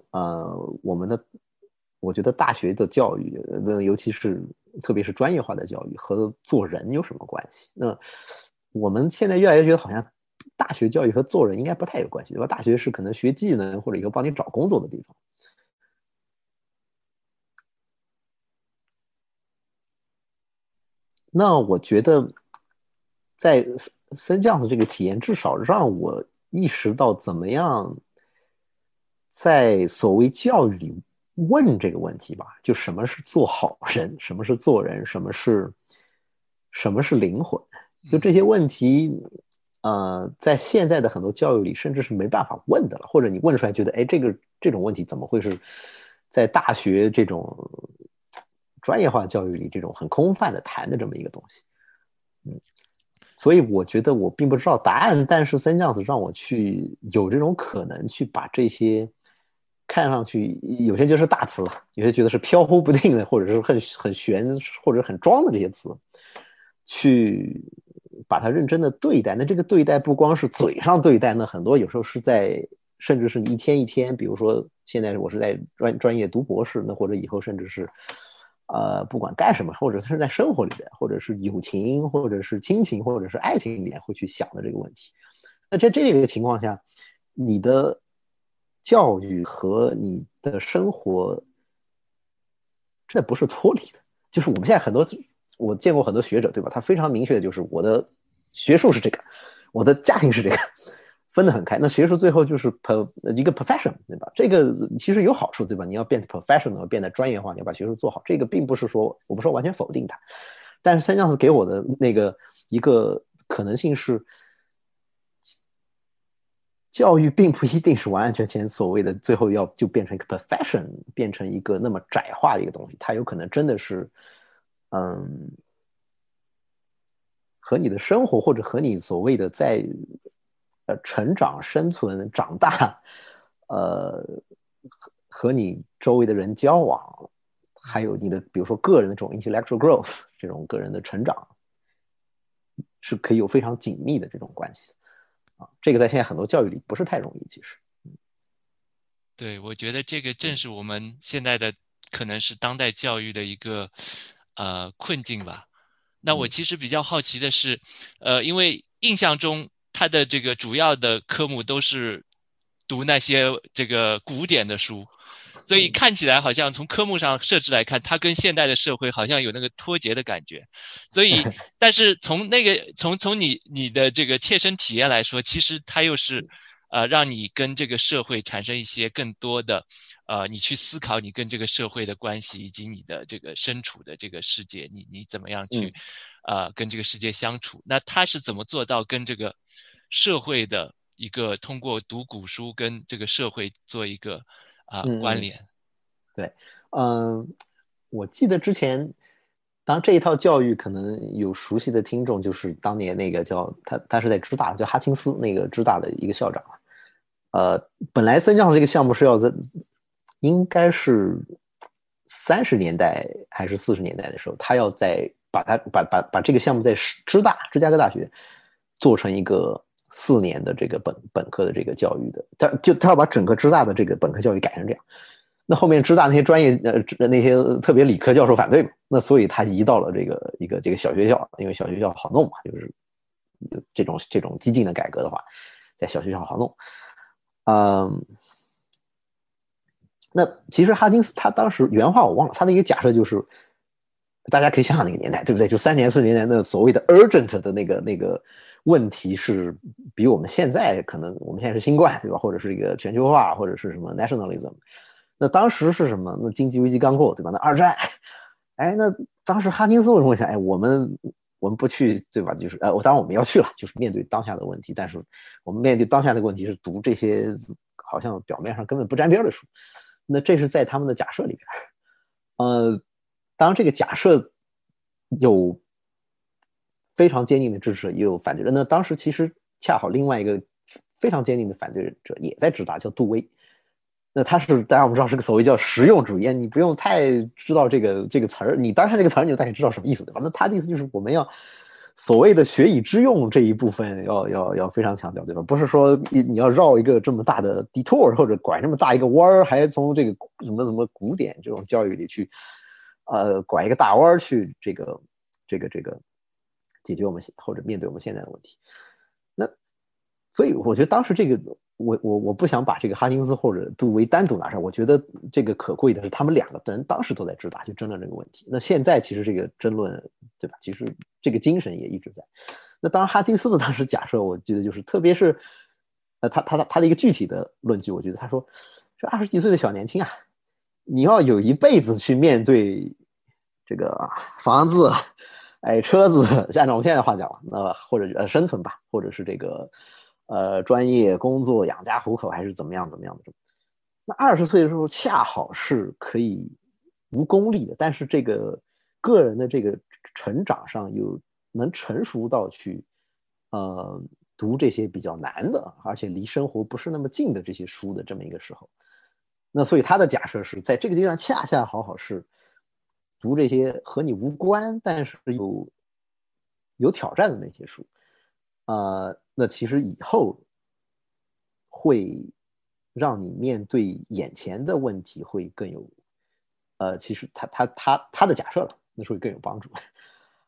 我觉得大学的教育，尤其是特别是专业化的教育和做人有什么关系？那我们现在越来越觉得好像大学教育和做人应该不太有关系，对吧？大学是可能学技能或者以后帮你找工作的地方。那我觉得在St. John's这个体验，至少让我意识到怎么样在所谓教育里问这个问题吧，就什么是做好人，什么是做人，什么是灵魂，就这些问题，在现在的很多教育里，甚至是没办法问的了，或者你问出来觉得，哎，这种问题怎么会是在大学这种专业化教育里这种很空泛的谈的这么一个东西。所以我觉得我并不知道答案，但是St. John's让我去有这种可能去把这些看上去有些就是大词了，有些觉得是飘忽不定的，或者是很玄或者很装的这些词，去把它认真的对待。那这个对待不光是嘴上对待，那很多有时候是在甚至是一天一天，比如说现在我是在专业读博士，那或者以后甚至是不管干什么，或者是在生活里边，或者是友情，或者是亲情，或者是爱情里面会去想的这个问题。那在这个情况下，你的教育和你的生活真的不是脱离的。就是我们现在很多，我见过很多学者，对吧？他非常明确的就是我的学术是这个，我的家庭是这个，分得很开。那学术最后就是一个 profession， 对吧？这个其实有好处，对吧？你要变得 professional， 变得专业化，你要把学术做好，这个并不是说我不说完全否定它，但是三将子给我的那个一个可能性是，教育并不一定是完完全全所谓的最后要就变成一个 profession， 变成一个那么窄化的一个东西，它有可能真的是和你的生活或者和你所谓的在成长、生存、长大，和你周围的人交往，还有你的比如说个人的这种 intellectual growth， 这种个人的成长，是可以有非常紧密的这种关系的。这个在现在很多教育里不是太容易，其实。 对，我觉得这个正是我们现在的可能是当代教育的一个困境吧。那我其实比较好奇的是，因为印象中它的这个主要的科目都是读那些这个古典的书，所以看起来好像从科目上设置来看，它跟现代的社会好像有那个脱节的感觉。所以，但是从你的这个切身体验来说，其实它又是让你跟这个社会产生一些更多的你去思考你跟这个社会的关系，以及你的这个身处的这个世界，你怎么样去跟这个世界相处。那他是怎么做到跟这个社会的一个通过读古书跟这个社会做一个关联？ 对，我记得之前，当然这一套教育可能有熟悉的听众，就是当年那个叫他是在芝大，叫哈钦斯，那个芝大的一个校长。本来三教这个项目是要在应该是30年代还是40年代的时候，他要把这个项目在芝加哥大学做成一个4年的这个本科的这个教育的，他要把整个芝大的这个本科教育改成这样。那后面芝大那些专业那些特别理科教授反对嘛，那所以他移到了这个小学校，因为小学校好弄嘛，就是这种激进的改革的话，在小学校好弄。那其实哈金斯他当时原话我忘了，他的一个假设就是，大家可以想想那个年代，对不对？就30年40年代那所谓的 urgent 的那个问题是比我们现在可能我们现在是新冠，对吧？或者是一个全球化，或者是什么 nationalism。那当时是什么？那经济危机刚过，对吧？那二战，哎，那当时哈金斯为什么会想，哎，我们不去，对吧？就是当然我们要去了，就是面对当下的问题，但是我们面对当下的问题是读这些好像表面上根本不沾边的书。那这是在他们的假设里边，当然这个假设有非常坚定的支持，也有反对者。那当时其实恰好另外一个非常坚定的反对者也在直达，叫杜威。那他是大家我们知道是个所谓叫实用主义，你不用太知道这个词儿，你当下这个词儿你就大概知道什么意思，对吧？那他的意思就是我们要所谓的学以致用这一部分要非常强调，对吧？不是说你要绕一个这么大的 detour 或者拐这么大一个弯儿，还从这个什么古典这种教育里去拐一个大弯去这个解决我们或者面对我们现在的问题。那所以我觉得当时这个我不想把这个哈金斯或者杜威单独拿上，我觉得这个可贵的是他们两个人当时都在直达去争论这个问题。那现在其实这个争论，对吧？其实这个精神也一直在。那当然哈金斯的当时假设，我记得就是特别是他的一个具体的论据，我觉得他说这20几岁的小年轻啊，你要有一辈子去面对这个房子，哎，车子，按照我们现在的话讲，或者生存吧，或者是这个专业工作养家糊口，还是怎么样的。那20岁的时候恰好是可以无功利的，但是这个个人的这个成长上又能成熟到去读这些比较难的，而且离生活不是那么近的这些书的这么一个时候。那所以他的假设是在这个阶段恰恰好是读这些和你无关但是有挑战的那些书。那其实以后会让你面对眼前的问题会更有其实他的假设了，那是会更有帮助。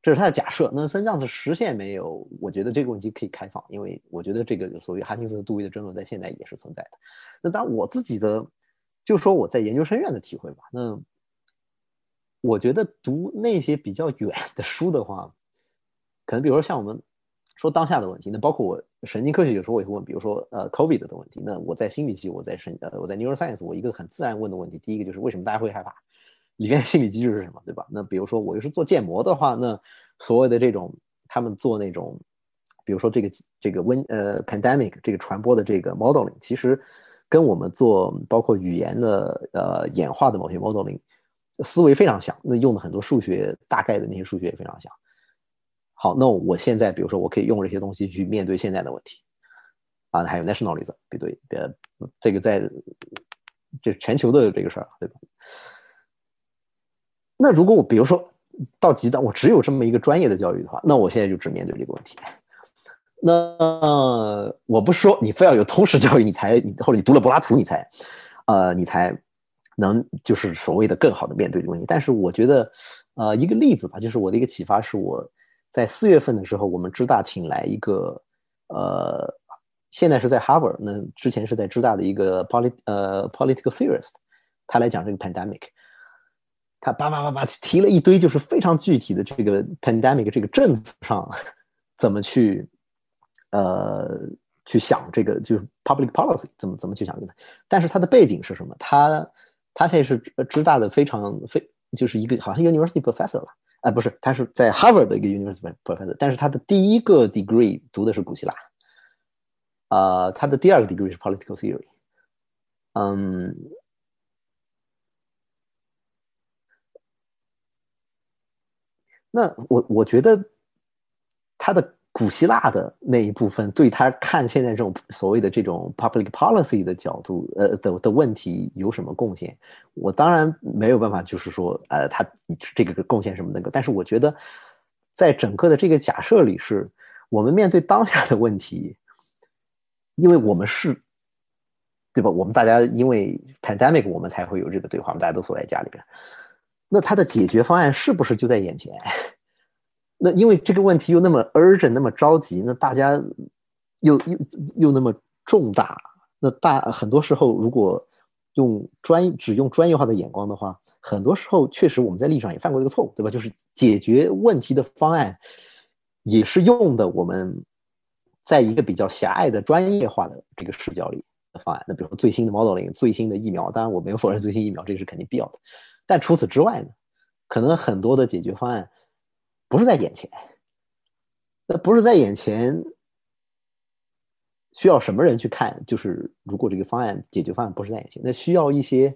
这是他的假设。那森这样子实现没有？我觉得这个问题可以开放，因为我觉得这个所谓哈金斯杜威的争论在现在也是存在的。那当然我自己的，就说我在研究生院的体会吧。那我觉得读那些比较远的书的话，可能比如说像我们说当下的问题，那包括我神经科学有时候我也会问，比如说COVID 的问题。那我在心理系，我在neuroscience，我一个很自然问的问题，第一个就是为什么大家会害怕？里面心理机制是什么，对吧？那比如说我又是做建模的话，那所谓的这种他们做那种，比如说这个pandemic 这个传播的这个 modeling， 其实跟我们做包括语言的演化的某些 modeling 思维非常像，那用的很多数学大概的那些数学也非常像。好，那我现在比如说我可以用这些东西去面对现在的问题啊，还有 nationalism， 对，这个在这全球的这个事儿，对吧？那如果我比如说到极端，我只有这么一个专业的教育的话，那我现在就只面对这个问题。那我不是说你非要有通识教育，或者你读了柏拉图你才能就是所谓的更好的面对这个问题。但是我觉得一个例子吧，就是我的一个启发是我在4月份的时候，我们芝大请来一个现在是在 Harvard， 那之前是在芝大的一个political theorist， 他来讲这个 pandemic。他叭提了一堆就是非常具体的这个 pandemic 这个政策上怎么去想这个就是 public policy 怎么去想这个。但是他的背景是什么？他现在是芝大的就是一个好像 university professor 了，不是，他是在 Harvard 的一个 university professor， 但是他的第一个 degree 读的是古希腊，他的第二个 degree 是 political theory。那我觉得他的古希腊的那一部分对他看现在这种所谓的这种 public policy 的角度的问题有什么贡献？我当然没有办法就是说他这个贡献什么那个，但是我觉得在整个的这个假设里，是我们面对当下的问题，因为我们是对吧？我们大家因为 pandemic 我们才会有这个对话，我们大家都锁在家里边。那它的解决方案是不是就在眼前？那因为这个问题又那么 urgent， 那么着急，那大家又那么重大，那很多时候如果只用专业化的眼光的话，很多时候确实我们在历史上也犯过这个错误，对吧？就是解决问题的方案也是用的我们在一个比较狭隘的专业化的这个视角里的方案。那比如说最新的 modeling， 最新的疫苗，当然我没有否认最新疫苗，这个是肯定必要的。但除此之外呢，可能很多的解决方案不是在眼前。那不是在眼前，需要什么人去看？就是如果这个解决方案不是在眼前，那需要一些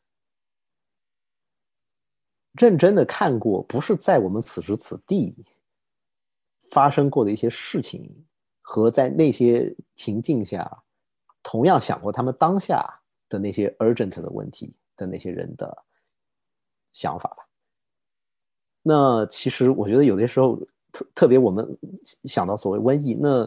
认真的看过，不是在我们此时此地发生过的一些事情，和在那些情境下同样想过他们当下的那些 urgent 的问题的那些人的想法吧。那其实我觉得有的时候特别我们想到所谓瘟疫，那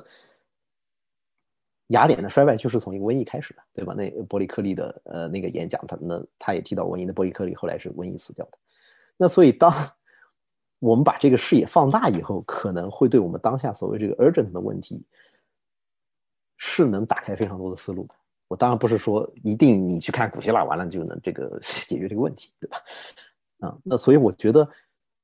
雅典的衰败就是从一个瘟疫开始的，对吧？那伯里克利的那个演讲，他也提到瘟疫，的伯里克利后来是瘟疫死掉的。那所以当我们把这个视野放大以后，可能会对我们当下所谓这个 urgent 的问题是能打开非常多的思路的。我当然不是说一定你去看古希腊完了就能这个解决这个问题，对吧？那所以我觉得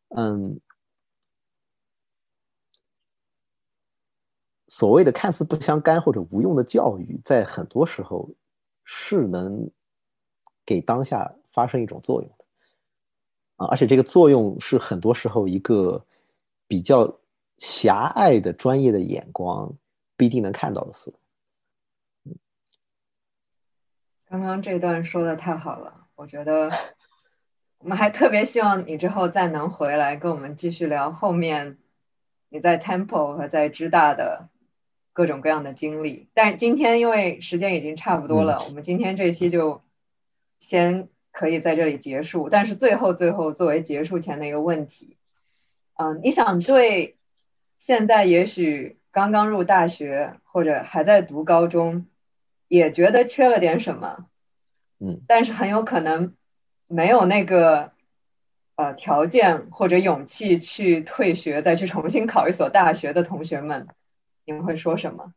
所谓的看似不相干或者无用的教育，在很多时候是能给当下发生一种作用的而且这个作用是很多时候一个比较狭隘的专业的眼光不一定能看到的思路。 刚刚这段说的太好了，我觉得我们还特别希望你之后再能回来跟我们继续聊后面你在 Temple 和在芝大的各种各样的经历。但是今天因为时间已经差不多了，我们今天这一期就先可以在这里结束。但是最后作为结束前的一个问题，你想对现在也许刚刚入大学或者还在读高中，也觉得缺了点什么，但是很有可能没有那个条件或者勇气去退学再去重新考一所大学的同学们，你们会说什么？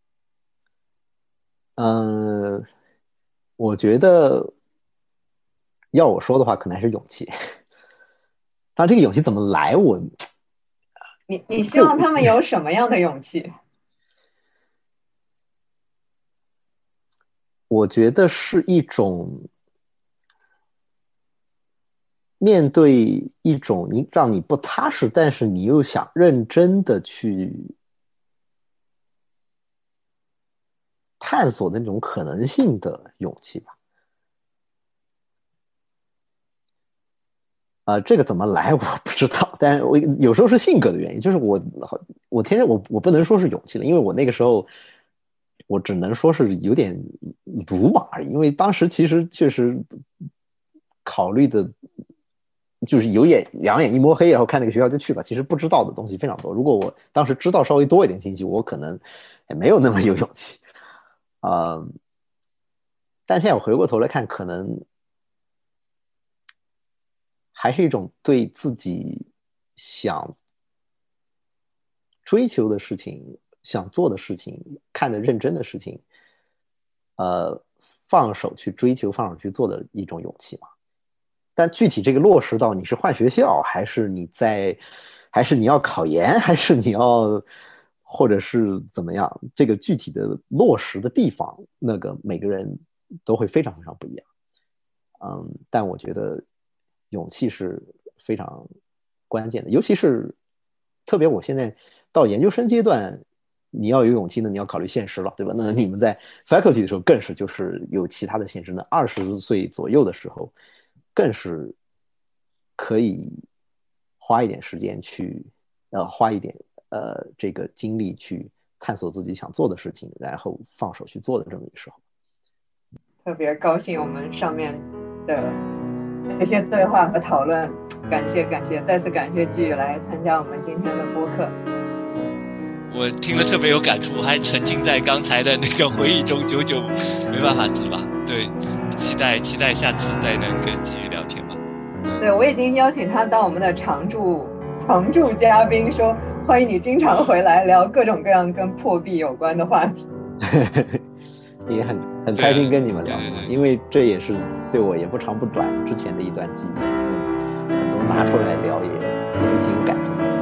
我觉得要我说的话可能还是勇气。但这个勇气怎么来， 你希望他们有什么样的勇气？ 我觉得是一种面对一种让你不踏实，但是你又想认真的去探索的那种可能性的勇气吧。这个怎么来我不知道，但是我有时候是性格的原因，就是我天生我不能说是勇气了，因为我那个时候我只能说是有点鲁莽而已，因为当时其实确实考虑的就是两眼一摸黑，然后看那个学校就去了，其实不知道的东西非常多。如果我当时知道稍微多一点信息，我可能也没有那么有勇气。但现在我回过头来看，可能还是一种对自己想追求的事情、想做的事情、看得认真的事情，放手去追求、放手去做的一种勇气嘛。但具体这个落实到你是换学校，还是你要考研，还是你要或者是怎么样，这个具体的落实的地方，那个每个人都会非常非常不一样。但我觉得勇气是非常关键的，尤其是特别我现在到研究生阶段，你要有勇气呢，你要考虑现实了，对吧？那你们在 faculty 的时候更是就是有其他的现实呢。20岁左右的时候，更是可以花一点时间去花一点这个精力去探索自己想做的事情，然后放手去做的这么一个时候。 特别高兴我们上面的这些对话和讨论，感谢，再次感谢季宇来参加我们今天的播客。 我听了特别有感触，我还沉浸在刚才的那个回忆中，久久没办法自拔。对，期待下次再能跟季宇聊天吧。 对，我已经邀请他当我们的常驻嘉宾，说欢迎你经常回来聊各种各样跟破壁有关的话题。 也很开心跟你们聊，因为这也是对我也不长不短之前的一段记忆，很多拿出来聊也挺有感触的。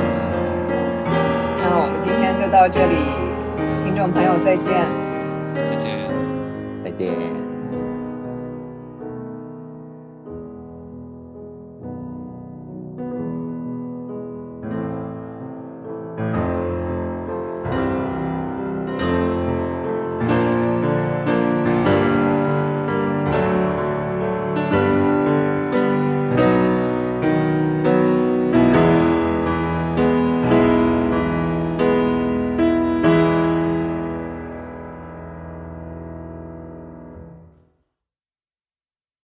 那我们今天就到这里，听众朋友再见。 再见。 再见。